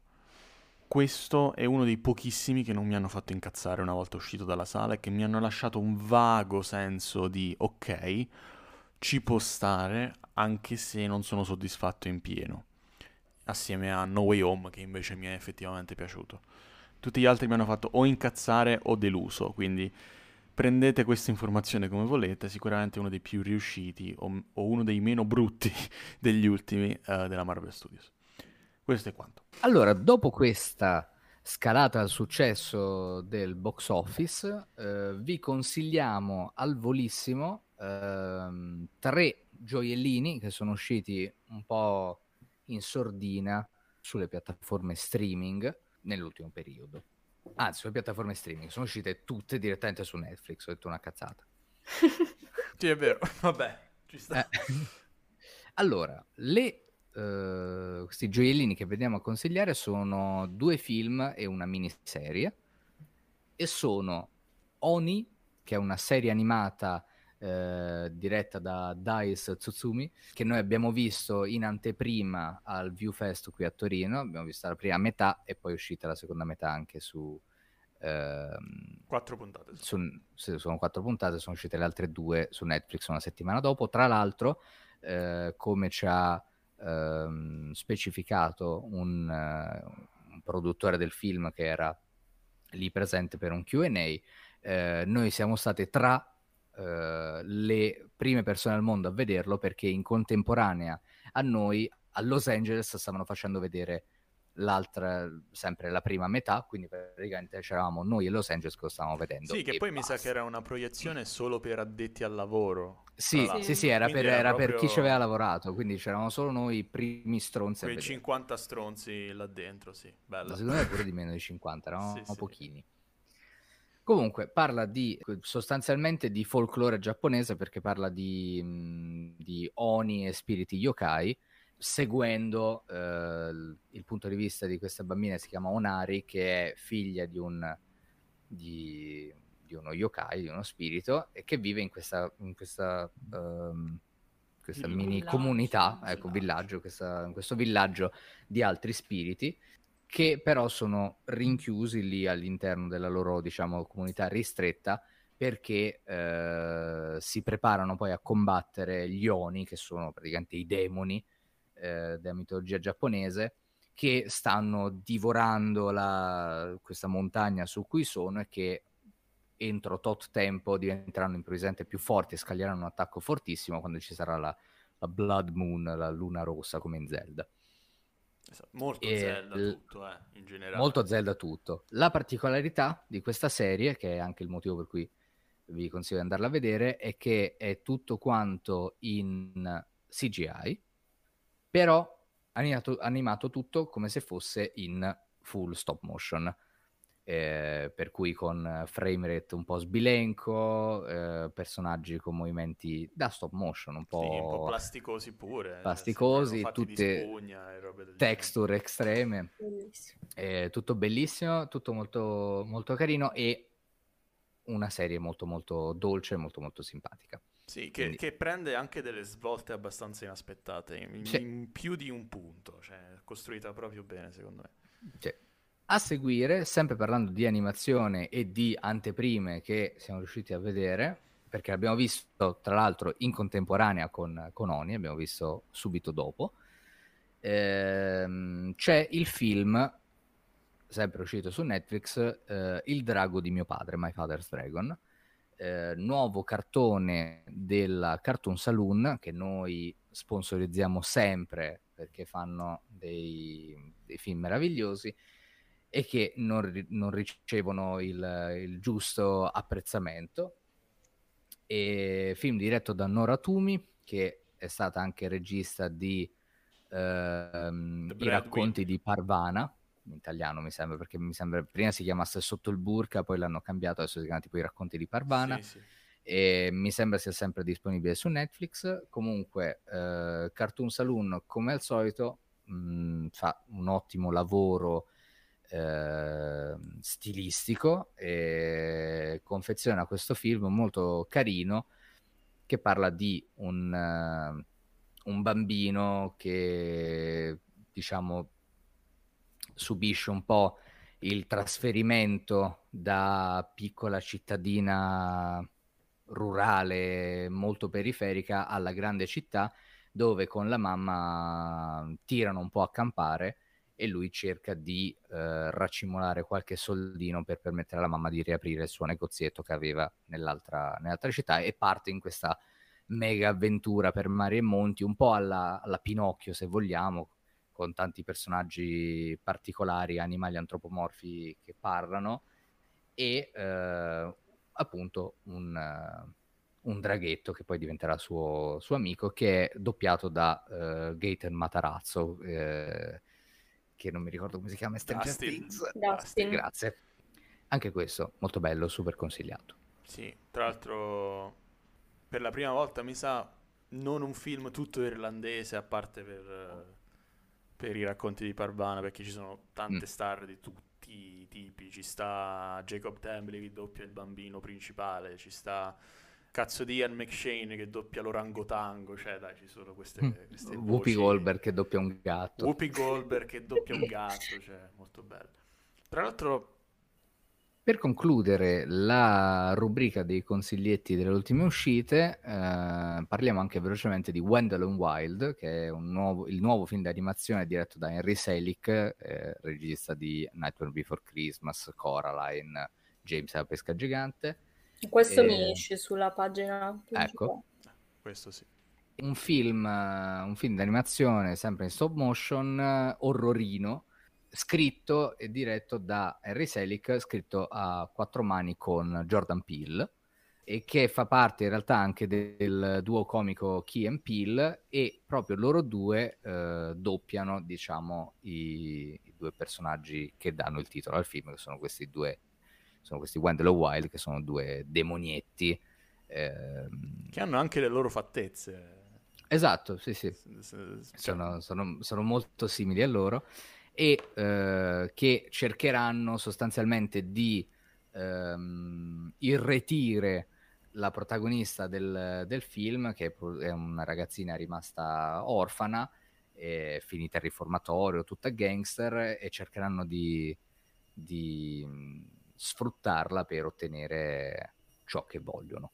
questo è uno dei pochissimi che non mi hanno fatto incazzare una volta uscito dalla sala e che mi hanno lasciato un vago senso di ok, ci può stare, anche se non sono soddisfatto in pieno. Assieme a No Way Home, che invece mi è effettivamente piaciuto. Tutti gli altri mi hanno fatto o incazzare o deluso, quindi prendete questa informazione come volete, sicuramente uno dei più riusciti o, o uno dei meno brutti degli ultimi eh, della Marvel Studios. Questo è quanto. Allora, dopo questa scalata al successo del box office, eh, vi consigliamo al volissimo ehm, tre gioiellini che sono usciti un po' in sordina sulle piattaforme streaming nell'ultimo periodo. Anzi, sulle piattaforme streaming sono uscite tutte direttamente su Netflix, ho detto una cazzata. Sì, è vero, vabbè, ci sta. Eh. Allora, le, eh, questi gioiellini che vediamo a consigliare sono due film e una miniserie, e sono Oni che è una serie animata eh, diretta da Dice Tsutsumi, che noi abbiamo visto in anteprima al Viewfest qui a Torino. Abbiamo visto la prima metà e poi è uscita la seconda metà anche su... Ehm, quattro puntate. Su, sì, sono quattro puntate, sono uscite le altre due su Netflix una settimana dopo. Tra l'altro, eh, come ci ha ehm, specificato un, uh, un produttore del film che era lì presente per un Q and A, eh, noi siamo state tra eh, le prime persone al mondo a vederlo, perché in contemporanea a noi a Los Angeles stavano facendo vedere l'altra, sempre la prima metà, quindi praticamente c'eravamo noi e Los Angeles che lo stavamo vedendo. Sì, che poi basta. Mi sa che era una proiezione solo per addetti al lavoro. Sì, Sì, sì, sì, era, per, era, era proprio... per chi ci aveva lavorato, quindi c'eravamo solo noi i primi stronzi. Quei cinquanta stronzi là dentro, sì, bello. Secondo me pure di meno di cinquanta, eravamo sì, sì. pochini. Comunque parla di sostanzialmente di folklore giapponese, perché parla di, mh, di oni e spiriti yokai, seguendo eh, il punto di vista di questa bambina che si chiama Onari, che è figlia di un di, di uno yokai, di uno spirito, e che vive in questa in questa, um, questa Villaggio. mini comunità, ecco, villaggio, questa, in questo villaggio di altri spiriti, che però sono rinchiusi lì all'interno della loro, diciamo, comunità ristretta, perché eh, si preparano poi a combattere gli oni, che sono praticamente i demoni eh, della mitologia giapponese, che stanno divorando la, questa montagna su cui sono, e che entro tot tempo diventeranno improvvisamente più forti e scaglieranno un attacco fortissimo quando ci sarà la, la Blood Moon, la luna rossa, come in Zelda. Esatto. Molto E Zelda l- tutto, eh, in generale. Molto Zelda tutto. La particolarità di questa serie, che è anche il motivo per cui vi consiglio di andarla a vedere, è che è tutto quanto in C G I, però animato, animato tutto come se fosse in full stop motion, eh, per cui con frame rate un po' sbilenco, eh, personaggi con movimenti da stop motion un po', sì, un po' plasticosi pure, plasticosi, fatti tutte di spugna e robe del texture estreme, Bellissimo. eh, tutto bellissimo, tutto molto, molto carino, e una serie molto molto dolce, molto molto simpatica. Sì, che, Quindi... che prende anche delle svolte abbastanza inaspettate, in, sì. in più di un punto, cioè costruita proprio bene secondo me. Sì. A seguire, sempre parlando di animazione e di anteprime che siamo riusciti a vedere, perché l'abbiamo visto tra l'altro in contemporanea con, con Oni, abbiamo visto subito dopo, ehm, c'è il film, sempre uscito su Netflix, eh, Il drago di mio padre, My Father's Dragon, eh, nuovo cartone della Cartoon Saloon, che noi sponsorizziamo sempre perché fanno dei, dei film meravigliosi e che non, non ricevono il, il giusto apprezzamento. E film diretto da Nora Tumi, che è stata anche regista di ehm, I racconti Week. di Parvana, in italiano mi sembra, perché mi sembra prima si chiamasse Sotto il burka, poi l'hanno cambiato, adesso si chiama tipo I racconti di Parvana. Sì, sì. E mi sembra sia sempre disponibile su Netflix. Comunque eh, Cartoon Saloon, come al solito, mh, fa un ottimo lavoro eh, stilistico e confeziona questo film molto carino, che parla di un, uh, un bambino che, diciamo, subisce un po' il trasferimento da piccola cittadina rurale molto periferica alla grande città, dove con la mamma tirano un po' a campare e lui cerca di eh, racimolare qualche soldino per permettere alla mamma di riaprire il suo negozietto che aveva nell'altra, nell'altra città, e parte in questa mega avventura per mari e monti, un po' alla, alla Pinocchio, se vogliamo, con tanti personaggi particolari, animali antropomorfi che parlano, e eh, appunto un, uh, un draghetto che poi diventerà suo, suo amico, che è doppiato da uh, Gaten Matarazzo, eh, che non mi ricordo come si chiama, Stranger Things. Dustin. Grazie. Anche questo molto bello, super consigliato. Sì, tra l'altro per la prima volta mi sa non un film tutto irlandese, a parte per, per I racconti di Parvana, perché ci sono tante mm. star di tutti parecchi tipi. Ci sta Jacob Tremblay che doppia il bambino principale, ci sta cazzo di Ian McShane che doppia l'orangotango, cioè dai, ci sono queste, queste Whoopi voci. Goldberg che doppia un gatto. Whoopi Goldberg che doppia un gatto, cioè molto bello. Tra l'altro, Per concludere la rubrica dei consiglietti delle ultime uscite, eh, parliamo anche velocemente di Wendell and Wild, che è un nuovo, il nuovo film d'animazione diretto da Henry Selick, eh, regista di Nightmare Before Christmas, Coraline, James e la pesca gigante. Questo E- mi esce sulla pagina principale. Ecco, questo sì. un film, eh, un film d'animazione sempre in stop motion, eh, orrorino, scritto e diretto da Henry Selick, scritto a quattro mani con Jordan Peele, e che fa parte in realtà anche de- del duo comico Key and Peele, e proprio loro due eh, doppiano, diciamo, i, i due personaggi che danno il titolo al film, che sono questi due, sono questi Wendell e Wild, che sono due demonietti. ehm, Che hanno anche le loro fattezze. Esatto, sì, sì. S- s- cioè, Sono, sono- sono molto simili a loro, e eh, che cercheranno sostanzialmente di ehm, irretire la protagonista del, del film, che è pro- è una ragazzina rimasta orfana, è finita il riformatorio, tutta gangster, e cercheranno di, di mh, sfruttarla per ottenere ciò che vogliono.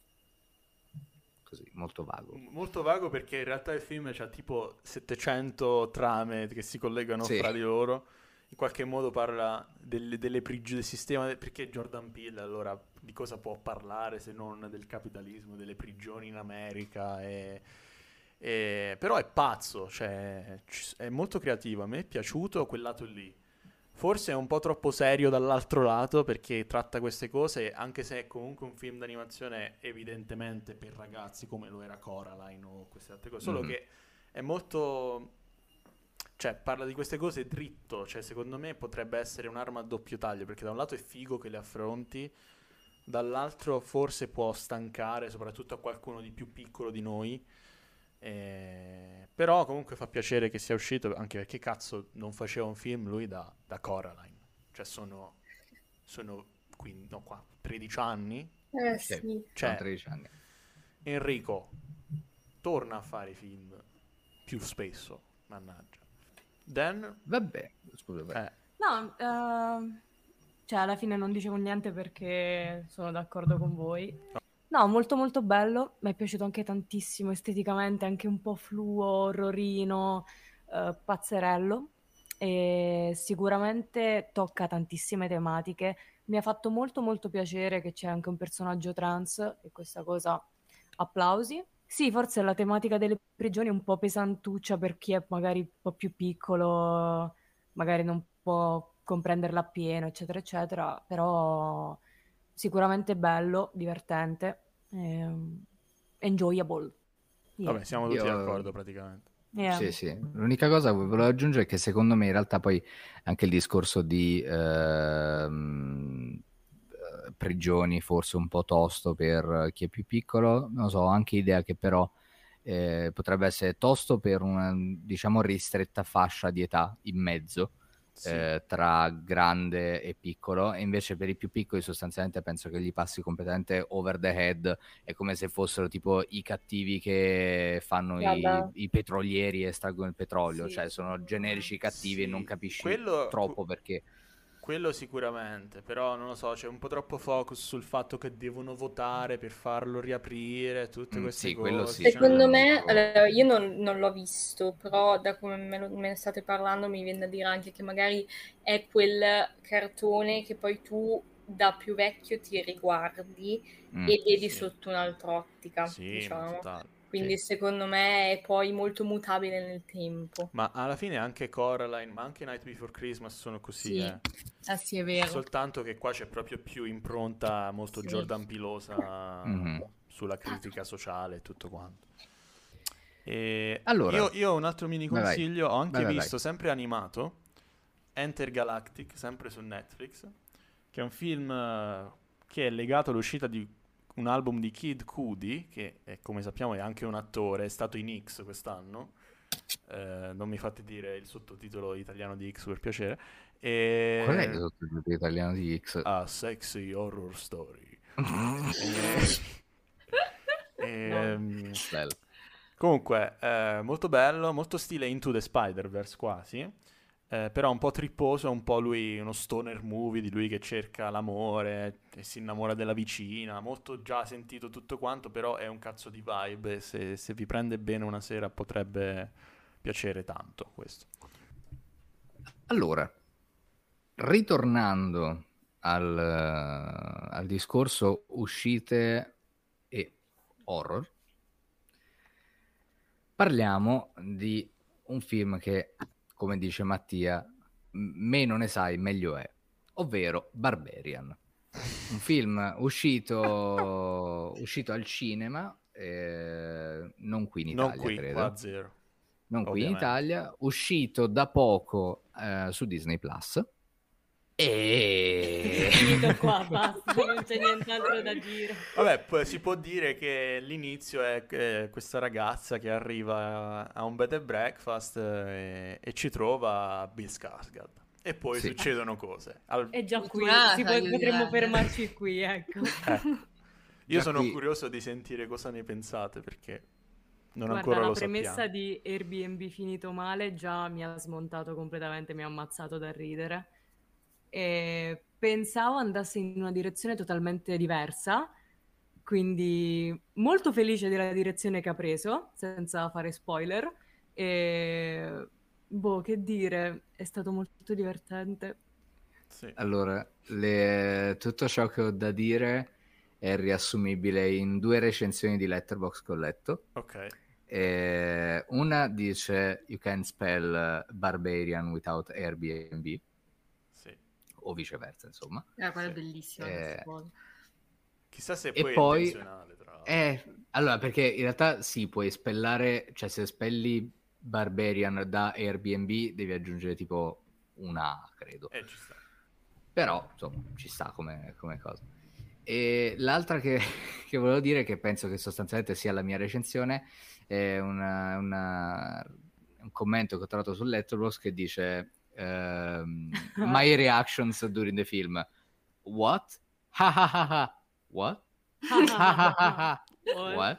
Così, molto vago. molto vago, perché in realtà il film c'ha tipo settecento trame che si collegano Sì. fra di loro. In qualche modo parla delle, delle prigioni del sistema, perché Jordan Peele allora di cosa può parlare se non del capitalismo, delle prigioni in America, e, e- però è pazzo, cioè ci- è molto creativo, a me è piaciuto quel lato lì. Forse è un po' troppo serio dall'altro lato, perché tratta queste cose, anche se è comunque un film d'animazione evidentemente per ragazzi, come lo era Coraline o queste altre cose, solo Mhm. che è molto, cioè parla di queste cose dritto, cioè secondo me potrebbe essere un'arma a doppio taglio, perché da un lato è figo che le affronti, dall'altro forse può stancare soprattutto a qualcuno di più piccolo di noi. Eh, però comunque fa piacere che sia uscito, anche perché cazzo non faceva un film lui da, da Coraline, cioè sono, sono quindi, no, qua, tredici anni. Eh Sì, sì. sono Cioè, tredici anni. Enrico, torna a fare i film più spesso, mannaggia. Dan, Vabbè, scusa, vai. eh, No, ehm, cioè alla fine non dicevo niente perché sono d'accordo con voi. No, molto molto bello, mi è piaciuto anche tantissimo esteticamente, anche un po' fluo, orrorino, eh, pazzerello, e sicuramente tocca tantissime tematiche. Mi ha fatto molto molto piacere che c'è anche un personaggio trans, e questa cosa applausi. Sì, forse la tematica delle prigioni è un po' pesantuccia per chi è magari un po' più piccolo, magari non può comprenderla appieno, eccetera, eccetera, però sicuramente bello, divertente, ehm, enjoyable. Yeah. vabbè, siamo tutti Io- d'accordo praticamente. Yeah. Sì, sì. L'unica cosa che volevo aggiungere è che secondo me in realtà poi anche il discorso di ehm, eh, prigioni forse un po' tosto per chi è più piccolo, non lo so, ho anche idea che però eh, potrebbe essere tosto per una, diciamo, ristretta fascia di età in mezzo, Sì. eh, tra grande e piccolo, e invece per i più piccoli sostanzialmente penso che gli passi completamente over the head, è come se fossero tipo i cattivi che fanno i, Guarda. i petrolieri e estraggono il petrolio, Sì, cioè sono generici cattivi e Sì, non capisci quello- troppo perché. Quello sicuramente, però non lo so, c'è un po' troppo focus sul fatto che devono votare per farlo riaprire, tutte Mm, queste sì, cose. quello sì. cioè, Secondo non- me, non- allora, io non, non l'ho visto, però da come me, lo- me ne state parlando mi viene da dire anche che magari è quel cartone che poi tu da più vecchio ti riguardi Mm. e vedi Sì. sotto un'altra ottica, Sì, ma diciamo. totale. Quindi Sì. secondo me è poi molto mutabile nel tempo. Ma alla fine anche Coraline, ma anche Night Before Christmas sono così, Sì. eh. Eh sì, è vero. Soltanto che qua c'è proprio più impronta molto Sì. Jordan Pilosa Mhm. sulla critica sociale e tutto quanto. E Allora. io, io ho un altro mini Vai, vai. consiglio, ho anche Vai, vai, visto, sempre animato, Enter Galactic, sempre su Netflix, che è un film eh, che è legato all'uscita di un album di Kid Cudi, che è, come sappiamo è anche un attore, è stato in X quest'anno, Eh, non mi fate dire il sottotitolo italiano di X per piacere. E... Qual è il sottotitolo italiano di X? A Sexy Horror Story. e... e... No. ehm, Bello. Comunque, eh, molto bello, molto stile Into the Spider-Verse quasi, eh, però un po' tripposo, un po' lui, uno stoner movie di lui che cerca l'amore e si innamora della vicina, molto già sentito tutto quanto, però è un cazzo di vibe e se, se vi prende bene una sera potrebbe piacere tanto questo. Allora, ritornando al, al discorso uscite e horror, parliamo di un film che, come dice Mattia, m- meno ne sai meglio è, ovvero Barbarian. Un film uscito, uscito al cinema, eh, non qui in Italia, Non qui, credo. qua a zero. Non qui in ovviamente. Italia, uscito da poco eh, su Disney Plus. E Finito qua, basta, non c'è nient'altro da dire. Vabbè, poi si può dire che l'inizio è eh, questa ragazza che arriva a un bed and breakfast eh, e ci trova Bill Skarsgård. E poi Sì. succedono cose. Al- È già qui, Fortunata, si può- io potremmo direi. fermarci qui, ecco. eh. Io Già sono qui- curioso di sentire cosa ne pensate perché non Guarda, ancora la lo premessa sappiamo. di Airbnb finito male già mi ha smontato completamente, mi ha ammazzato da ridere. E pensavo andasse in una direzione totalmente diversa, quindi molto felice della direzione che ha preso, senza fare spoiler. E boh, che dire, è stato molto divertente. Sì. Allora, le- tutto ciò che ho da dire è riassumibile in due recensioni di Letterboxd che ho letto. Ok. Eh, una dice You can spell Barbarian without Airbnb, Sì. o viceversa, insomma. Eh, quella è Sì. bellissima Eh, questa cosa. Chissà se E poi, poi- è intenzionale, tra l'altro. Eh, allora, perché in realtà sì, puoi spellare, cioè se spelli Barbarian da Airbnb devi aggiungere tipo una A, credo. Eh, ci sta. Però, insomma, ci sta come, come cosa. E l'altra che, che volevo dire, che penso che sostanzialmente sia la mia recensione, è una- una- un commento che ho trovato su Letterboxd che dice ehm, My reactions during the film. What? Ha ha ha ha. What? Ha ha ha ha. What?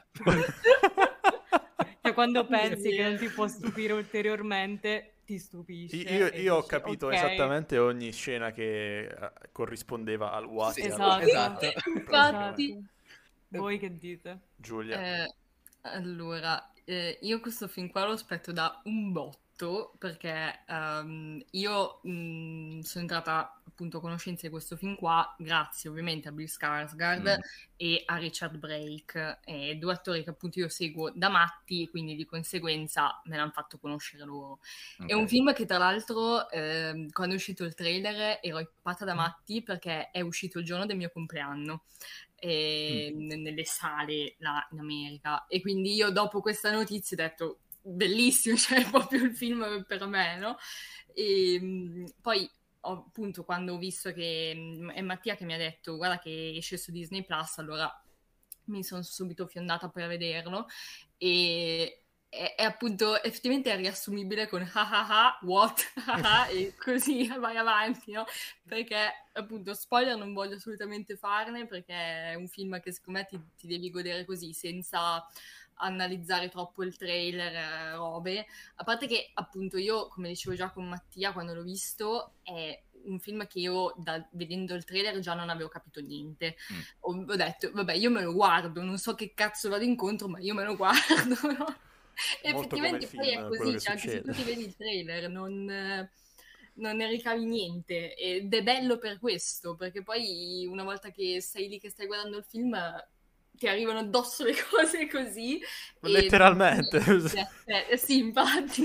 Cioè, quando Mio pensi che Dio. non ti può stupire ulteriormente, ti stupisce. Io, e io ho dici, capito "Ok". esattamente ogni scena che eh, corrispondeva al what. Sì, e al esatto. what. esatto. Infatti, Esatto. Voi che dite? Giulia. Eh, allora, eh, io questo film qua lo aspetto da un botto perché ehm, io mh, sono entrata appunto a conoscenza di questo film qua grazie ovviamente a Bill Skarsgård Mm. e a Richard Brake, eh, due attori che appunto io seguo da matti, quindi di conseguenza me l'hanno fatto conoscere loro. È un Ok. film che tra l'altro ehm, quando è uscito il trailer ero hypata da matti perché è uscito il giorno del mio compleanno e- n- nelle sale là in America, e quindi io dopo questa notizia ho detto bellissimo, cioè è proprio il film per me, no? E mh, poi ho- appunto quando ho visto che mh, è Mattia che mi ha detto guarda che esce su Disney Plus, allora mi sono subito fiondata per vederlo e è, è appunto effettivamente è riassumibile con ha ha ha, what, ha ha, e così vai avanti, no? Perché appunto spoiler non voglio assolutamente farne perché è un film che secondo me ti, ti devi godere così senza analizzare troppo il trailer, eh, robe, a parte che appunto io come dicevo già con Mattia quando l'ho visto è un film che io da- vedendo il trailer già non avevo capito niente. Mm. Ho, ho detto vabbè io me lo guardo, non so che cazzo vado incontro ma io me lo guardo, no? Molto come Effettivamente il poi film, è quello così, che cioè anche se succede. tu ti vedi il trailer non, eh, non ne ricavi niente ed è bello per questo, perché poi una volta che sei lì che stai guardando il film ti arrivano addosso le cose così e- Letteralmente. Eh, sì, infatti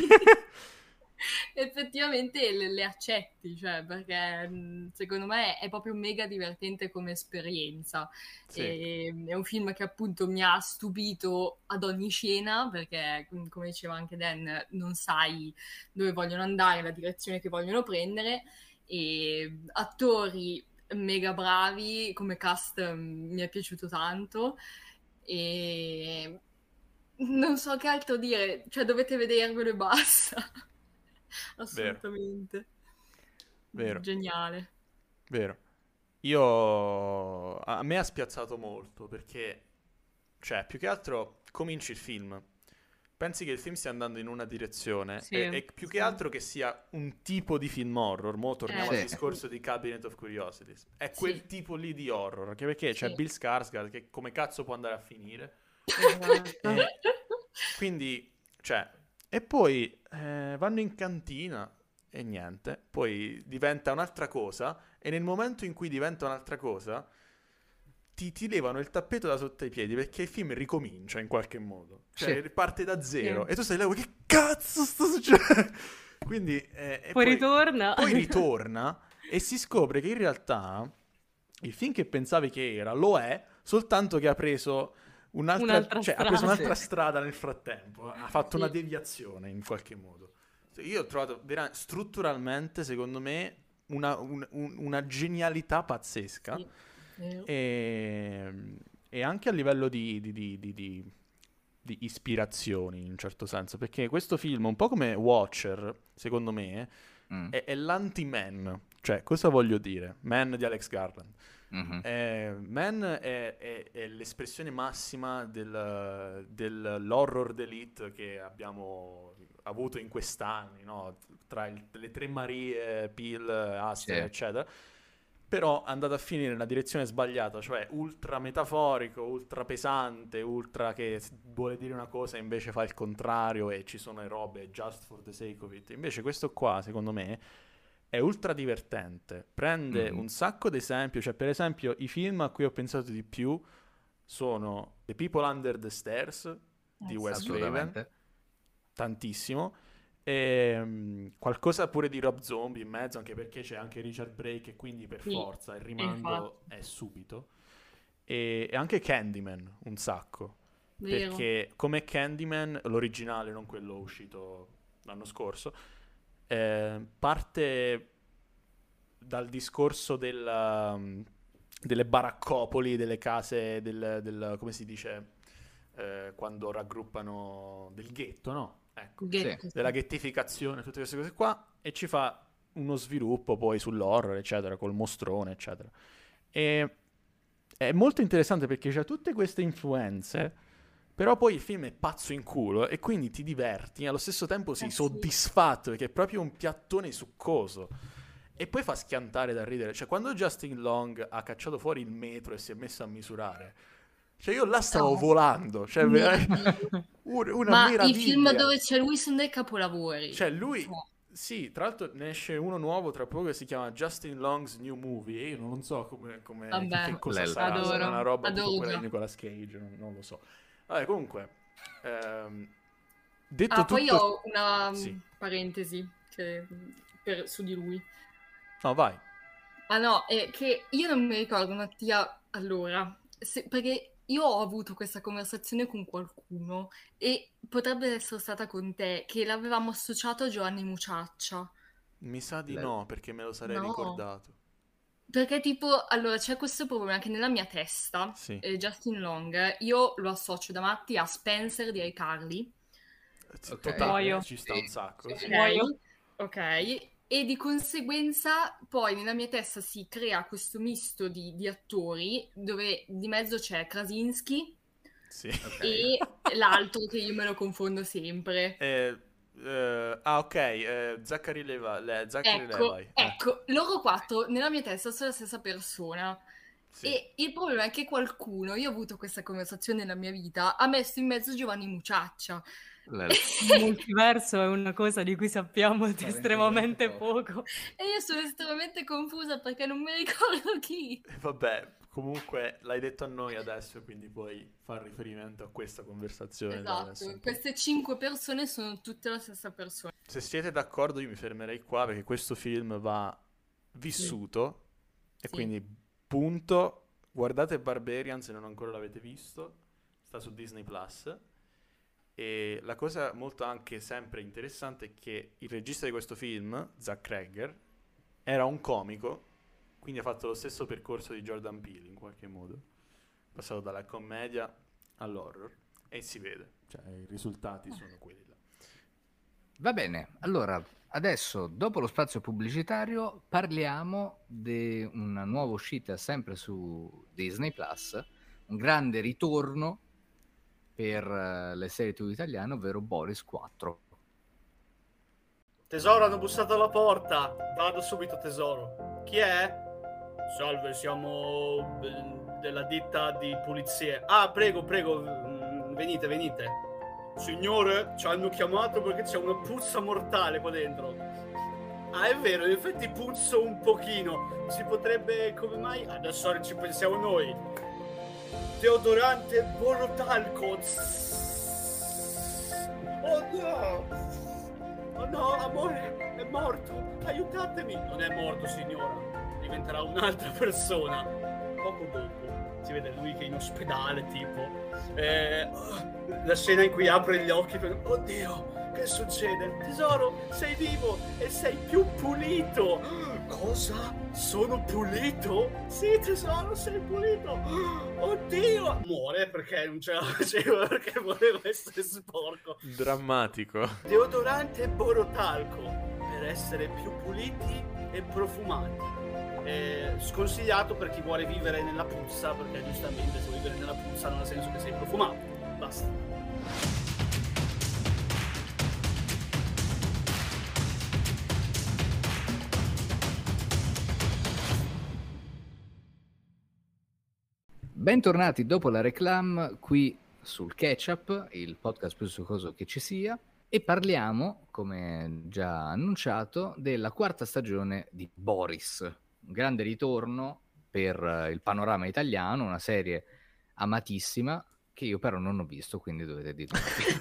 effettivamente le, le accetti, cioè perché mh, secondo me è proprio mega divertente come esperienza. Sì. E, è un film che appunto mi ha stupito ad ogni scena perché com- come diceva anche Dan non sai dove vogliono andare, la direzione che vogliono prendere, e attori mega bravi, come cast mh, mi è piaciuto tanto e non so che altro dire, cioè dovete vedervelo e basta. Assolutamente. Vero. Geniale. Vero. Io... A me ha spiazzato molto perché, cioè, più che altro cominci il film, pensi che il film stia andando in una direzione Sì, e, e più sì. che altro che sia un tipo di film horror. Mo' torniamo Eh, al Sì. discorso di Cabinet of Curiosities. È quel Sì. tipo lì di horror, anche perché c'è Sì. Bill Skarsgård che come cazzo può andare a finire. Esatto. Eh, quindi, cioè, e poi eh, vanno in cantina e niente, poi diventa un'altra cosa e nel momento in cui diventa un'altra cosa ti, ti levano il tappeto da sotto ai piedi perché il film ricomincia in qualche modo, cioè Sì. parte da zero Sì. e tu stai là, che cazzo sta succedendo? Quindi, eh, e Poi ritorna. poi ritorna e si scopre che in realtà il film che pensavi che era lo è, soltanto che ha preso un'altra, Un'altra cioè, ha strada. preso un'altra Sì. strada nel frattempo, ha fatto Sì. una deviazione in qualche modo. Io ho trovato vera- strutturalmente, secondo me, una, un- un- una genialità pazzesca. Sì. Vero. E, e anche a livello di, di- di- di- di- di ispirazioni, in un certo senso, perché questo film, un po' come Watcher, secondo me, Mm. è, è l'anti-Man. Cioè, cosa voglio dire? Man di Alex Garland. Mhm. Eh, Man è, è- è l'espressione massima del- dell'horror d'elite che abbiamo avuto in quest'anni, no? Tra il- le tre Marie, Peel, Aster, Sì. eccetera. Però è andato a finire nella direzione sbagliata, cioè ultra metaforico, ultra pesante, ultra che s- vuole dire una cosa e invece fa il contrario e ci sono le robe just for the sake of it. Invece questo qua, secondo me, è ultra divertente, prende Mhm. un sacco di esempi, cioè per esempio i film a cui ho pensato di più sono The People Under the Stairs di Eh, Wes sì. Craven, Assolutamente. tantissimo, e mm, qualcosa pure di Rob Zombie in mezzo, anche perché c'è anche Richard Brake e quindi per Sì, forza il rimando infatti. è subito, e, e anche Candyman un sacco, Vero. perché come Candyman, l'originale, non quello uscito l'anno scorso, eh, parte dal discorso della, mm, delle baraccopoli, delle case, del, del- come si dice, eh, quando raggruppano del ghetto, no? Ecco, Ghetto, sì. della ghettificazione, tutte queste cose qua, e ci fa uno sviluppo poi sull'horror, eccetera, col mostrone, eccetera. E è molto interessante perché c'ha tutte queste influenze, però poi il film è pazzo in culo e quindi ti diverti, allo stesso tempo sei Eh sì. soddisfatto perché è proprio un piattone succoso. E poi fa schiantare da ridere. Cioè, quando Justin Long ha cacciato fuori il metro e si è messo a misurare, cioè io là stavo No. volando. Cioè, Mio veramente Dio. un- una Ma meraviglia. i film dove c'è lui sono dei capolavori. Cioè, lui... Cioè, Sì, tra l'altro ne esce uno nuovo tra poco che si chiama Justin Long's New Movie. E io non so come, come- Vabbè. che cosa Lella. sarà. Sarà Adoro. una roba tipo Adoro quella già. di Nicolas Cage, non, non lo so. Vabbè, comunque, ehm, detto Ah, tutto... poi ho una Sì. parentesi che- per- su di lui. No, vai. Ah no, è che io non mi ricordo, Mattia, allora, se- perché io ho avuto questa conversazione con qualcuno e potrebbe essere stata con te, che l'avevamo associato a Giovanni Muciaccia. Mi sa di Lella. no, perché me lo sarei No. ricordato. Perché tipo, allora c'è questo problema che nella mia testa, Sì. eh, Justin Long, io lo associo da matti a Spencer di iCarly. Sì, Ok. totale, Muoio. ci sta Sì. un sacco. Ok, sì. Muoio. ok. E di conseguenza poi nella mia testa si crea questo misto di, di attori dove di mezzo c'è Krasinski Sì. Ok. e l'altro che io me lo confondo sempre. Eh, eh, ah, ok, eh, Zachary Levi, le, Zachary Ecco, Levi. eh, ecco, loro quattro nella mia testa sono la stessa persona. sì. E il problema è che qualcuno, io ho avuto questa conversazione nella mia vita, ha messo in mezzo Giovanni Muciaccia. Lella. Il multiverso è una cosa di cui sappiamo estremamente poco. E io sono estremamente confusa perché non mi ricordo chi. E vabbè, comunque l'hai detto a noi adesso, quindi puoi fare riferimento a questa conversazione da adesso Esatto, in poi. queste cinque persone sono tutte la stessa persona. Se siete d'accordo io mi fermerei qua perché questo film va vissuto e Sì. quindi punto, guardate Barbarian se non ancora l'avete visto, sta su Disney Plus. E la cosa molto anche sempre interessante è che il regista di questo film, Zach Cregger, era un comico, quindi ha fatto lo stesso percorso di Jordan Peele in qualche modo, passato dalla commedia all'horror, e si vede. cioè i risultati sono quelli là. Va bene, allora adesso dopo lo spazio pubblicitario parliamo di una nuova uscita sempre su Disney Plus, un grande ritorno per uh, le serie tivù italiane, ovvero Boris quattro. Tesoro, hanno bussato alla porta. Vado subito, tesoro. Chi è? Salve, siamo eh, della ditta di pulizie. Ah, prego, prego, mm, venite, venite. Signore, ci hanno chiamato perché c'è una puzza mortale qua dentro. Ah, è vero, in effetti puzzo un pochino. Si potrebbe, come mai? Adesso ci pensiamo noi. Deodorante borotalco. Oh no! Oh no, amore, è morto. Aiutatemi. Non è morto, signora. Diventerà un'altra persona. Poco dopo si vede lui che è in ospedale, tipo. Eh, la scena in cui apre gli occhi per... Oddio, che succede? Tesoro, sei vivo e sei più pulito. Cosa? Sono pulito? Sì, tesoro, sei pulito. Oddio. Muore perché non ce la faceva, perché voleva essere sporco. Drammatico. Deodorante borotalco per essere più puliti e profumati. Eh, sconsigliato per chi vuole vivere nella puzza, perché giustamente se vuoi vivere nella puzza non ha senso che sei profumato. Basta. Bentornati dopo la reclam qui sul Ketchup, il podcast più succoso che ci sia, e parliamo, come già annunciato, della quarta stagione di Boris, un grande ritorno per il panorama italiano, una serie amatissima che io però non ho visto, quindi dovete dirmi.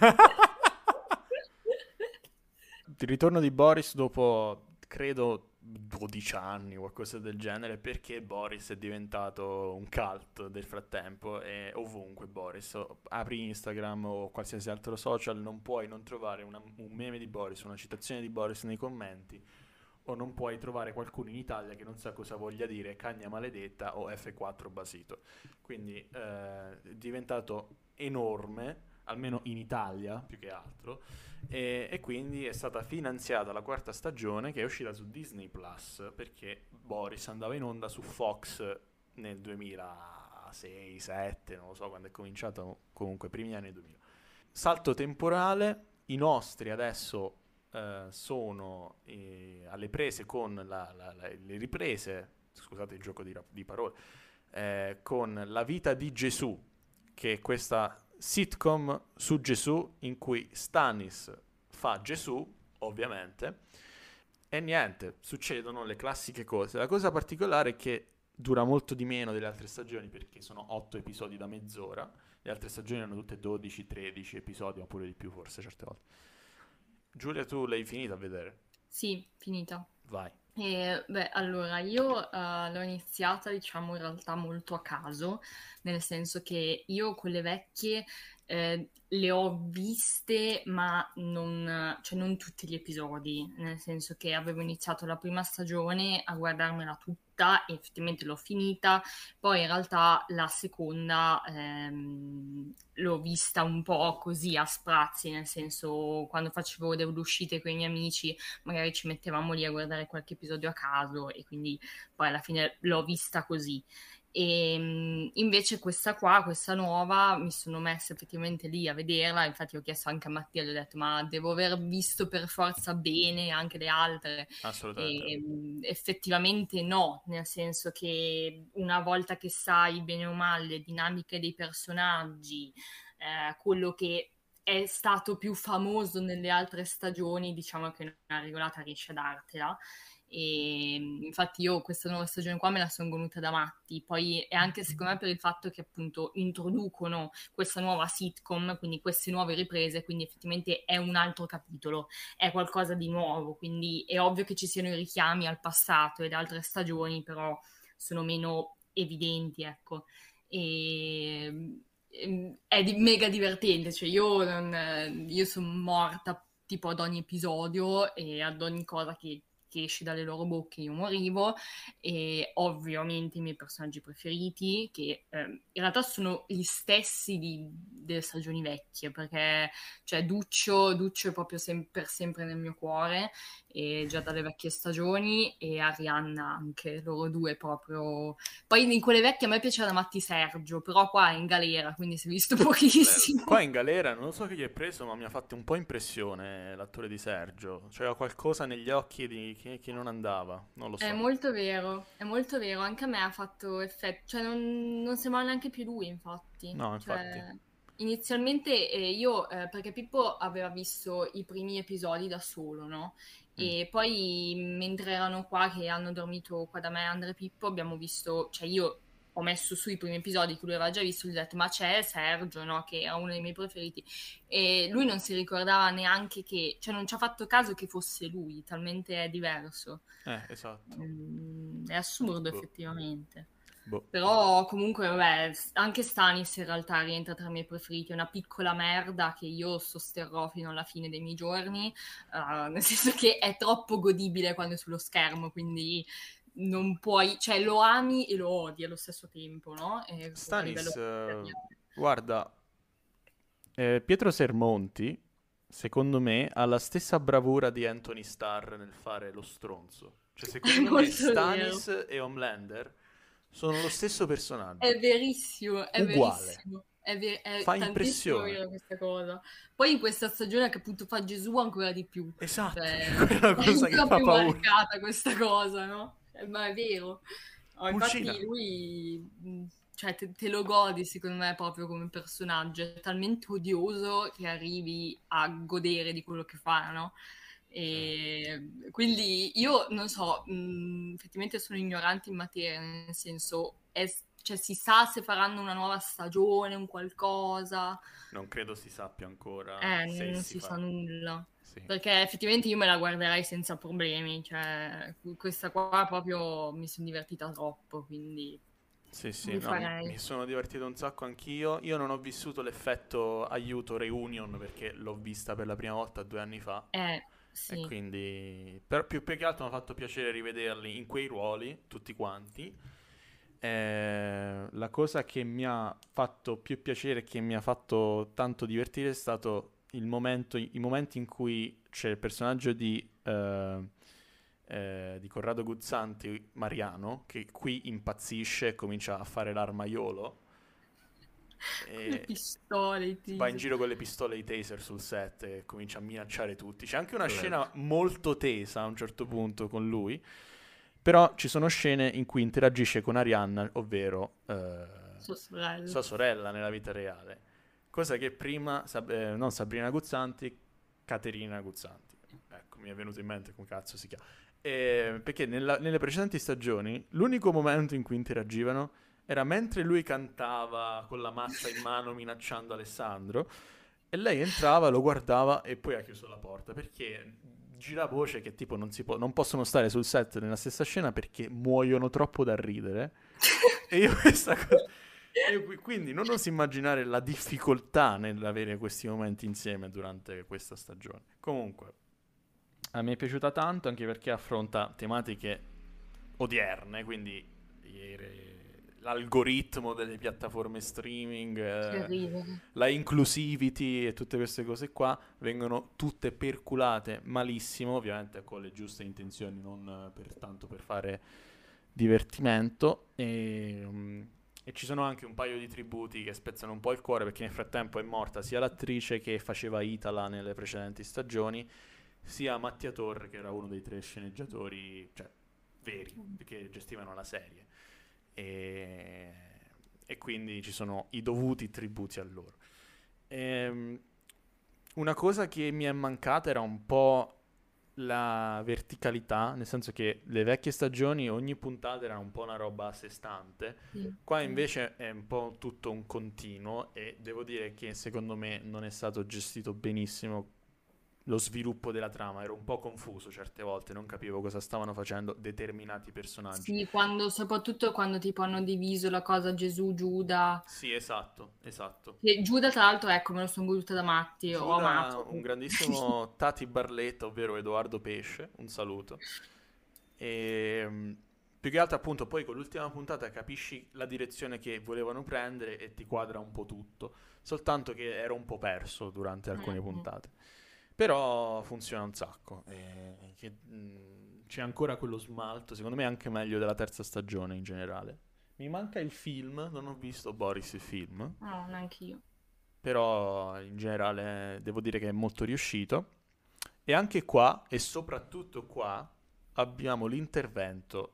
Il ritorno di Boris dopo, credo, dodici anni, qualcosa del genere, perché Boris è diventato un cult del frattempo e ovunque Boris, apri Instagram o qualsiasi altro social, non puoi non trovare una, un meme di Boris, una citazione di Boris nei commenti, o non puoi trovare qualcuno in Italia che non sa cosa voglia dire cagna maledetta o F quattro basito. Quindi eh, è diventato enorme, almeno in Italia più che altro, e, e quindi è stata finanziata la quarta stagione, che è uscita su Disney Plus, perché Boris andava in onda su Fox nel duemilasei duemilasette, non lo so quando è cominciato, comunque primi anni duemila. Salto temporale, i nostri adesso eh, sono eh, alle prese con la, la, la, le riprese, scusate il gioco di, di parole, eh, con La vita di Gesù, che è questa sitcom su Gesù in cui Stannis fa Gesù, ovviamente, e niente, succedono le classiche cose. La cosa particolare è che dura molto di meno delle altre stagioni, perché sono otto episodi da mezz'ora. Le altre stagioni hanno tutte dodici tredici episodi, oppure di più forse certe volte. Giulia, tu l'hai finita a vedere? Sì, finita. Vai. E, beh, allora, io uh, l'ho iniziata, diciamo, in realtà molto a caso, nel senso che io quelle vecchie eh, le ho viste, ma non, cioè non tutti gli episodi, nel senso che avevo iniziato la prima stagione a guardarmela tutta e effettivamente l'ho finita, poi in realtà la seconda ehm, l'ho vista un po' così a sprazzi, nel senso quando facevo delle uscite con i miei amici magari ci mettevamo lì a guardare qualche episodio a caso e quindi poi alla fine l'ho vista così. E invece questa qua, questa nuova, mi sono messa effettivamente lì a vederla, infatti ho chiesto anche a Mattia, gli ho detto ma devo aver visto per forza bene anche le altre? Assolutamente. E effettivamente no, nel senso che una volta che sai bene o male le dinamiche dei personaggi, eh, quello che è stato più famoso nelle altre stagioni, diciamo che una regolata riesce a dartela. E infatti io questa nuova stagione qua me la sono goduta da matti, poi è anche secondo me per il fatto che appunto introducono questa nuova sitcom, quindi queste nuove riprese, quindi effettivamente è un altro capitolo, è qualcosa di nuovo, quindi è ovvio che ci siano i richiami al passato e ad altre stagioni, però sono meno evidenti, ecco. E è di- mega divertente, cioè io, non- io sono morta tipo ad ogni episodio e ad ogni cosa che che esce dalle loro bocche io morivo, e ovviamente i miei personaggi preferiti, che eh, in realtà sono gli stessi di, delle stagioni vecchie, perché cioè Duccio, Duccio è proprio sem- per sempre nel mio cuore, e già dalle vecchie stagioni, e Arianna anche, loro due proprio. Poi in quelle vecchie a me piaceva Matti Sergio, però qua è in galera, quindi si è visto pochissimo. Qua in galera non so chi gli è preso, ma mi ha fatto un po' impressione l'attore di Sergio. C'era qualcosa negli occhi di che, che non andava, non lo so. È molto vero, è molto vero, anche a me ha fatto effetto, cioè non, non sembrava neanche più lui, infatti. No, Cioè, infatti. inizialmente eh, io, eh, perché Pippo aveva visto i primi episodi da solo, no? E poi mentre erano qua, che hanno dormito qua da me Andrea e Pippo, abbiamo visto, cioè io ho messo sui primi episodi che lui aveva già visto, gli ho detto ma c'è Sergio, no? Che era uno dei miei preferiti, e lui non si ricordava neanche che, cioè non ci ha fatto caso che fosse lui, talmente è diverso. Eh, esatto. Mm, è assurdo Boh. effettivamente. Boh. Però comunque vabbè, anche Stanis in realtà rientra tra i miei preferiti, è una piccola merda che io sosterrò fino alla fine dei miei giorni, uh, nel senso che è troppo godibile quando è sullo schermo, quindi non puoi, cioè lo ami e lo odi allo stesso tempo, no? E a Stanis, livello- eh, guarda, eh, Pietro Sermonti, secondo me, ha la stessa bravura di Anthony Starr nel fare lo stronzo. Cioè, secondo me, Molto Stanis e Homelander sono lo stesso personaggio. È verissimo, è Uguale. verissimo. È, ver- è Fa tantissimo impressione. vero questa cosa. Poi in questa stagione che appunto fa Gesù ancora di più. Esatto, Cioè, quella cosa è che ancora fa più paura. marcata questa cosa, no? Eh, Ma è vero. No, infatti Pulcina. lui, mh, cioè, te, te lo godi secondo me proprio come personaggio, è talmente odioso che arrivi a godere di quello che fa, no? E quindi io non so, mh, effettivamente sono ignorante in materia, nel senso, è- cioè, si sa se faranno una nuova stagione, un qualcosa, Non credo si sappia ancora eh, se non si si fa. sa nulla. Sì. Perché effettivamente io me la guarderei senza problemi, cioè questa qua proprio mi sono divertita troppo, quindi Sì, sì, mi no, mi, farei. mi sono divertito un sacco anch'io. Io non ho vissuto l'effetto aiuto reunion perché l'ho vista per la prima volta due anni fa. Eh, E sì. quindi, però più, più che altro mi ha fatto piacere rivederli in quei ruoli, tutti quanti. Eh, la cosa che mi ha fatto più piacere e che mi ha fatto tanto divertire è stato il momento, i momenti in cui c'è il personaggio di, eh, eh, di Corrado Guzzanti, Mariano, che qui impazzisce e comincia a fare l'armaiolo. Le E pistole, i va in teaser. giro con le pistole e i taser sul set e comincia a minacciare tutti. C'è anche una Bello. scena molto tesa a un certo punto con lui, però ci sono scene in cui interagisce con Arianna, ovvero eh, Sua sorella. sua sorella nella vita reale. Cosa che prima, Sab- eh, non Sabrina Guzzanti, Caterina Guzzanti. Ecco, mi è venuto in mente come cazzo si chiama. Eh, perché nella- nelle precedenti stagioni l'unico momento in cui interagivano era mentre lui cantava con la mazza in mano minacciando Alessandro e lei entrava, lo guardava e poi ha chiuso la porta perché gira voce che tipo non, si può, non possono stare sul set nella stessa scena perché muoiono troppo da ridere. E io questa cosa... e qui- quindi non oso immaginare la difficoltà nell'avere questi momenti insieme durante questa stagione. Comunque, a me è piaciuta tanto anche perché affronta tematiche odierne, quindi ieri- l'algoritmo delle piattaforme streaming, Che eh, ridere. la inclusivity e tutte queste cose qua vengono tutte perculate malissimo, ovviamente con le giuste intenzioni, non eh, per tanto per fare divertimento. E, mm, e ci sono anche un paio di tributi che spezzano un po' il cuore perché nel frattempo è morta sia l'attrice che faceva Itala nelle precedenti stagioni, sia Mattia Torre che era uno dei tre sceneggiatori, cioè veri, che gestivano la serie. E, e quindi ci sono i dovuti tributi a loro. Ehm, una cosa che mi è mancata era un po' la verticalità, nel senso che le vecchie stagioni ogni puntata era un po' una roba a sé stante. Sì. Qua invece è un po' tutto un continuo e devo dire che secondo me non è stato gestito benissimo lo sviluppo della trama, ero un po' confuso certe volte, non capivo cosa stavano facendo determinati personaggi. Sì, quando, soprattutto quando tipo hanno diviso la cosa Gesù, Giuda. Sì, esatto, esatto. E Giuda tra l'altro ecco me lo sono goduta da matti, ho Giuda, amato. un grandissimo Tati Barletta, ovvero Edoardo Pesce, un saluto. E mh, più che altro appunto poi con l'ultima puntata capisci la direzione che volevano prendere e ti quadra un po' tutto, soltanto che ero un po' perso durante alcune Mm, mm. puntate. Però funziona un sacco. E che, mh, c'è ancora quello smalto, secondo me è anche meglio della terza stagione in generale. Mi manca il film, non ho visto Boris il film, No, neanche io. però in generale devo dire che è molto riuscito. E anche qua, e soprattutto qua, abbiamo l'intervento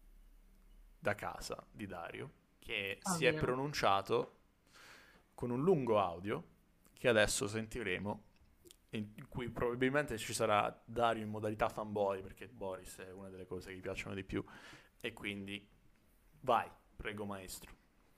da casa di Dario, che Ah, si è vero. pronunciato con un lungo audio, che adesso sentiremo, in cui probabilmente ci sarà Dario in modalità fanboy, perché Boris è una delle cose che gli piacciono di più, e quindi vai, prego maestro.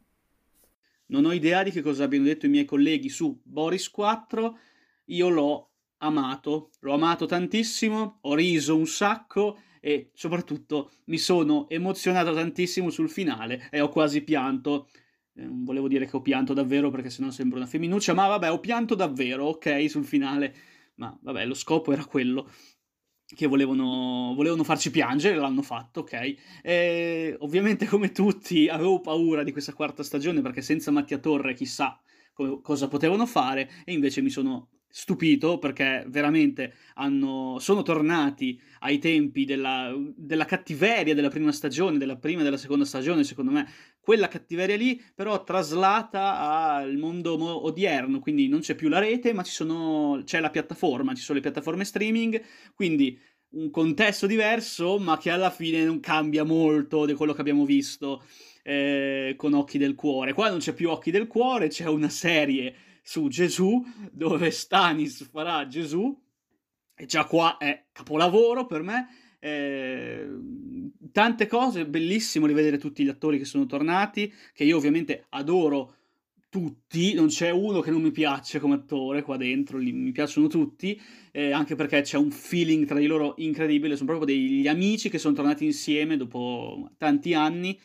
Non ho idea di che cosa abbiano detto i miei colleghi su Boris quattro, io l'ho amato, l'ho amato tantissimo, ho riso un sacco e soprattutto mi sono emozionato tantissimo sul finale e ho quasi pianto. Eh, Non volevo dire che ho pianto davvero perché sennò sembra una femminuccia, ma vabbè, ho pianto davvero, ok, sul finale. Ma vabbè, lo scopo era quello, che volevano, volevano farci piangere, l'hanno fatto, ok? E ovviamente come tutti avevo paura di questa quarta stagione perché senza Mattia Torre chissà co- cosa potevano fare e invece mi sono stupito perché veramente hanno, sono tornati ai tempi della, della cattiveria della prima stagione, della prima e della seconda stagione, secondo me quella cattiveria lì però traslata al mondo mo- odierno, quindi non c'è più la rete ma ci sono, c'è la piattaforma, ci sono le piattaforme streaming, quindi un contesto diverso, ma che alla fine non cambia molto di quello che abbiamo visto eh, con Occhi del Cuore. Qua non c'è più Occhi del Cuore, c'è una serie su Gesù, dove Stanis farà Gesù, e già qua è capolavoro per me. Eh, tante cose, bellissimo rivedere tutti gli attori che sono tornati, che io ovviamente adoro tutti, non c'è uno che non mi piace come attore qua dentro, li- mi piacciono tutti, eh, anche perché c'è un feeling tra di loro incredibile, sono proprio degli amici che sono tornati insieme dopo tanti anni,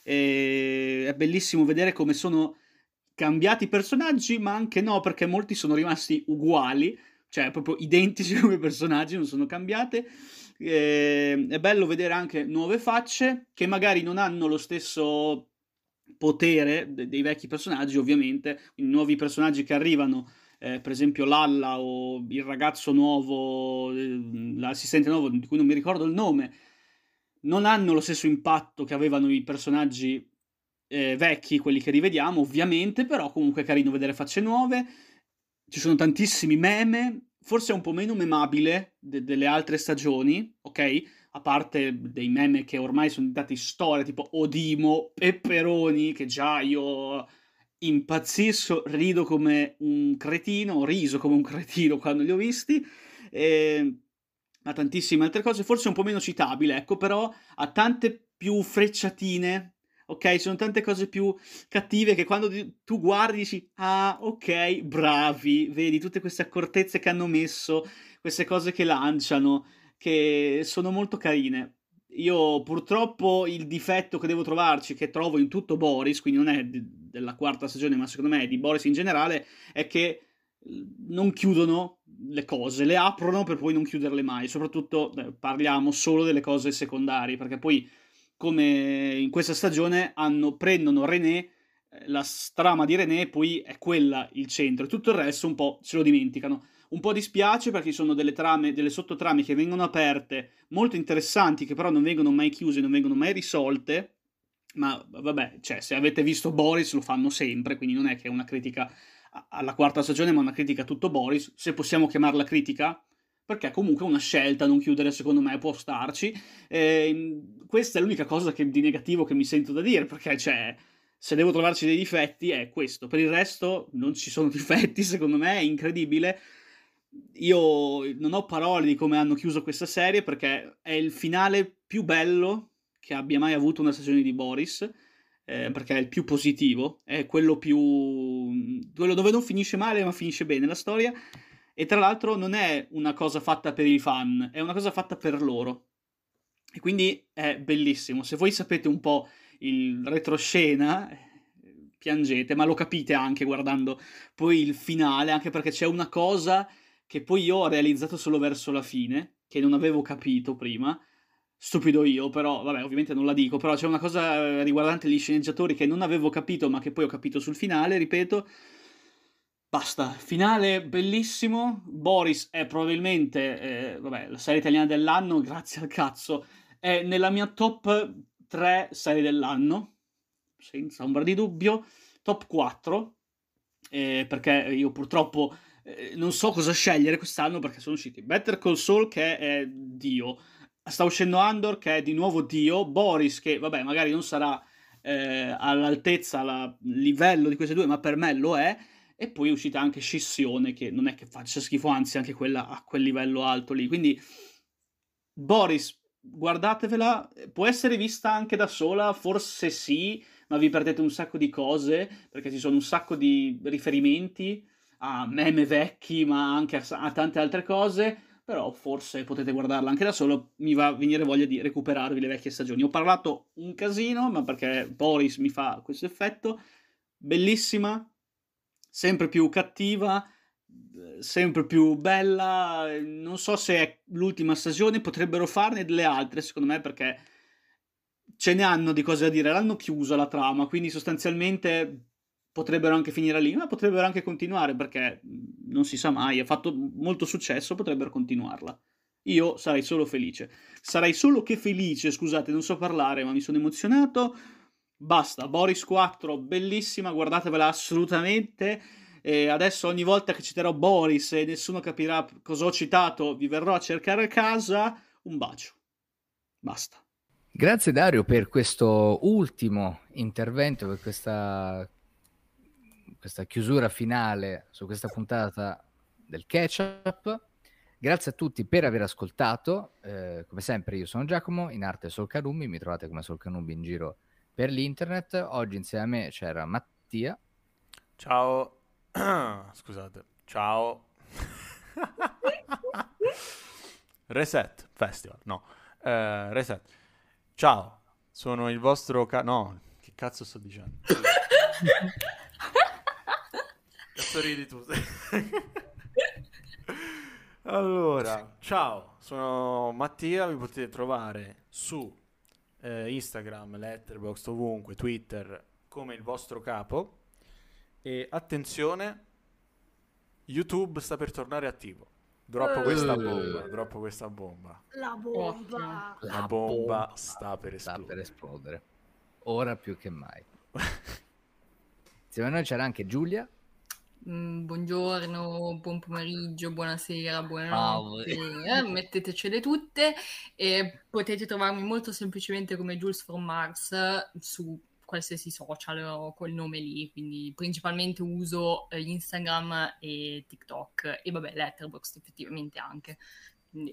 e è bellissimo vedere come sono cambiati i personaggi, ma anche no, perché molti sono rimasti uguali, cioè proprio identici come personaggi, non sono cambiate. Eh, è bello vedere anche nuove facce che magari non hanno lo stesso potere de- dei vecchi personaggi, ovviamente, quindi nuovi personaggi che arrivano, eh, per esempio Lalla o il ragazzo nuovo, eh, l'assistente nuovo di cui non mi ricordo il nome, non hanno lo stesso impatto che avevano i personaggi eh, vecchi, quelli che rivediamo, ovviamente, però comunque è carino vedere facce nuove. Ci sono tantissimi meme, forse è un po' meno memabile de- delle altre stagioni, ok? A parte dei meme che ormai sono diventati storia, tipo Odimo, Pepperoni, che già io impazzisco, rido come un cretino, ho riso come un cretino quando li ho visti, e... ma tantissime altre cose, forse un po' meno citabile, ecco, però ha tante più frecciatine, ok? Sono tante cose più cattive che quando ti- tu guardi dici, ah, ok, bravi, vedi tutte queste accortezze che hanno messo, queste cose che lanciano, che sono molto carine. Io purtroppo il difetto che devo trovarci, che trovo in tutto Boris, quindi non è di- della quarta stagione, ma secondo me è di Boris in generale, è che eh, non chiudono le cose, le aprono per poi non chiuderle mai. Soprattutto eh, parliamo solo delle cose secondarie, perché poi, come in questa stagione, hanno, prendono René, eh, la trama di René, e poi è quella il centro, e tutto il resto un po' se lo dimenticano. Un po' dispiace perché ci sono delle trame, delle sottotrame che vengono aperte, molto interessanti, che però non vengono mai chiuse, non vengono mai risolte. Ma vabbè, cioè, se avete visto Boris lo fanno sempre, quindi non è che è una critica a- alla quarta stagione, ma una critica a tutto Boris, se possiamo chiamarla critica, perché comunque è una scelta non chiudere, secondo me, può starci. E, questa è l'unica cosa che, di negativo che mi sento da dire, perché cioè, se devo trovarci dei difetti è questo. Per il resto non ci sono difetti, secondo me, è incredibile. Io non ho parole di come hanno chiuso questa serie, perché è il finale più bello che abbia mai avuto una stagione di Boris, eh, perché è il più positivo, è quello più... quello dove non finisce male ma finisce bene la storia, e tra l'altro non è una cosa fatta per i fan, è una cosa fatta per loro, e quindi è bellissimo. Se voi sapete un po' il retroscena, eh, piangete, ma lo capite anche guardando poi il finale, anche perché c'è una cosa che poi io ho realizzato solo verso la fine, che non avevo capito prima, stupido io, però vabbè, ovviamente non la dico, però c'è una cosa riguardante gli sceneggiatori che non avevo capito, ma che poi ho capito sul finale, ripeto. Basta, finale bellissimo. Boris è probabilmente, eh, vabbè, la serie italiana dell'anno, grazie al cazzo, è nella mia top tre serie dell'anno, senza ombra di dubbio, top quattro, eh, perché io purtroppo eh, non so cosa scegliere quest'anno perché sono usciti Better Call Saul che è Dio, sta uscendo Andor che è di nuovo Dio, Boris che vabbè magari non sarà eh, all'altezza, al livello di queste due, ma per me lo è. E poi è uscita anche Scissione, che non è che faccia schifo, anzi anche quella a quel livello alto lì. Quindi Boris, guardatevela, può essere vista anche da sola, forse sì, ma vi perdete un sacco di cose, perché ci sono un sacco di riferimenti a meme vecchi, ma anche a, a tante altre cose, però forse potete guardarla anche da solo, mi va a venire voglia di recuperarvi le vecchie stagioni. Ho parlato un casino, ma perché Boris mi fa questo effetto, bellissima, sempre più cattiva, sempre più bella, non so se è l'ultima stagione, potrebbero farne delle altre secondo me perché ce ne hanno di cose da dire, l'hanno chiusa la trama, quindi sostanzialmente potrebbero anche finire lì, ma potrebbero anche continuare perché non si sa mai, ha fatto molto successo, potrebbero continuarla. Io sarei solo felice, sarei solo che felice, scusate, non so parlare, ma mi sono emozionato. Basta, Boris quattro, bellissima, guardatevela assolutamente. E adesso ogni volta che citerò Boris e nessuno capirà cosa ho citato, vi verrò a cercare a casa. Un bacio. Basta. Grazie Dario per questo ultimo intervento, per questa, questa chiusura finale su questa puntata del Catch-up. Grazie a tutti per aver ascoltato. Eh, come sempre io sono Giacomo, in arte Solcanumbi, mi trovate come Solcanumbi in giro per l'internet. Oggi insieme a me c'era Mattia. Ciao. Scusate. Ciao. Reset Festival. No. Uh, reset. Ciao. Sono il vostro... Ca- no. Che cazzo sto dicendo? Cazzo ridi tu. Allora. Ciao. Sono Mattia. Mi potete trovare su... Eh, Instagram, Letterboxd, ovunque, Twitter, come il vostro capo. E attenzione, YouTube sta per tornare attivo. Droppo Uh. questa bomba, droppo questa bomba. La bomba. La bomba sta per sta esplodere. per esplodere. Ora più che mai. Insieme a noi c'era anche Giulia. Mm, buongiorno, buon pomeriggio, buonasera, buonanotte, eh, mettetecele tutte e potete trovarmi molto semplicemente come Jules from Mars su qualsiasi social o quel nome lì, quindi principalmente uso eh, Instagram e TikTok e vabbè Letterboxd effettivamente anche. Quindi...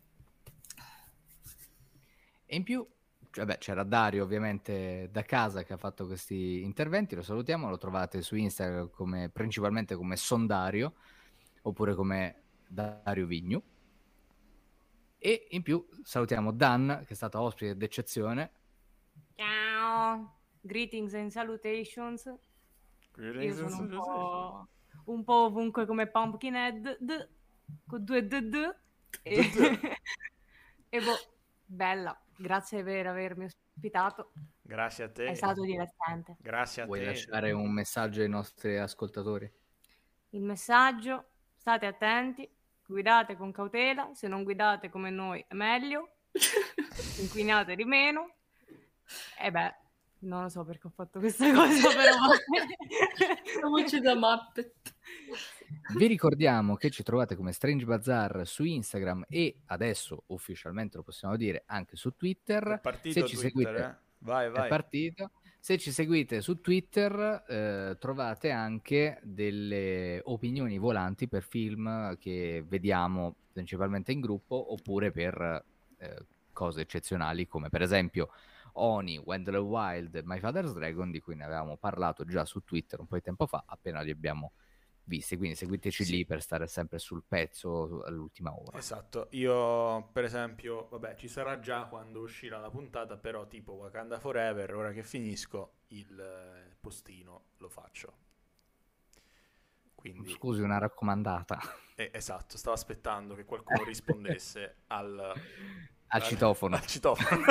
E in più cioè, beh, c'era Dario ovviamente da casa che ha fatto questi interventi, lo salutiamo, lo trovate su Instagram come, principalmente come Sondario oppure come Dario Vignu. E in più salutiamo Dan che è stata ospite d'eccezione. Ciao, greetings and salutations. Greetings Io sono and un po', un po' ovunque come Pumpkinhead d- con due d d e, e boh, bella, grazie per avermi ospitato. Grazie a te. È stato divertente. Grazie a Vuoi te. lasciare un messaggio ai nostri ascoltatori? Il messaggio: state attenti, guidate con cautela, se non guidate come noi è meglio, inquinate di meno. E beh, non lo so perché ho fatto questa cosa, però la voce da Muppet. Vi ricordiamo che ci trovate come Strange Bazaar su Instagram e adesso ufficialmente lo possiamo dire anche su Twitter. È partito Se ci Twitter, seguite, eh? Vai, vai. è partito. Se ci seguite su Twitter eh, trovate anche delle opinioni volanti per film che vediamo principalmente in gruppo oppure per eh, cose eccezionali come per esempio Oni, Wendell Wild, My Father's Dragon, di cui ne avevamo parlato già su Twitter un po' di tempo fa, appena li abbiamo visti, quindi seguiteci Sì. lì per stare sempre sul pezzo all'ultima ora. Esatto, io per esempio, vabbè, ci sarà già quando uscirà la puntata, però tipo Wakanda Forever, ora che finisco il eh, postino lo faccio. Quindi, Scusi, una raccomandata. eh, esatto, stavo aspettando che qualcuno rispondesse al Al citofono. Al citofono.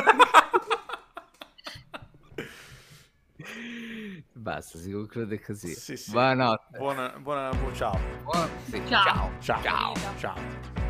Basta, si conclude così. Sì, sì. Buonanotte. Buona, buona, ciao. Buona- sì, Ciao. ciao. Ciao. Ciao. Ciao.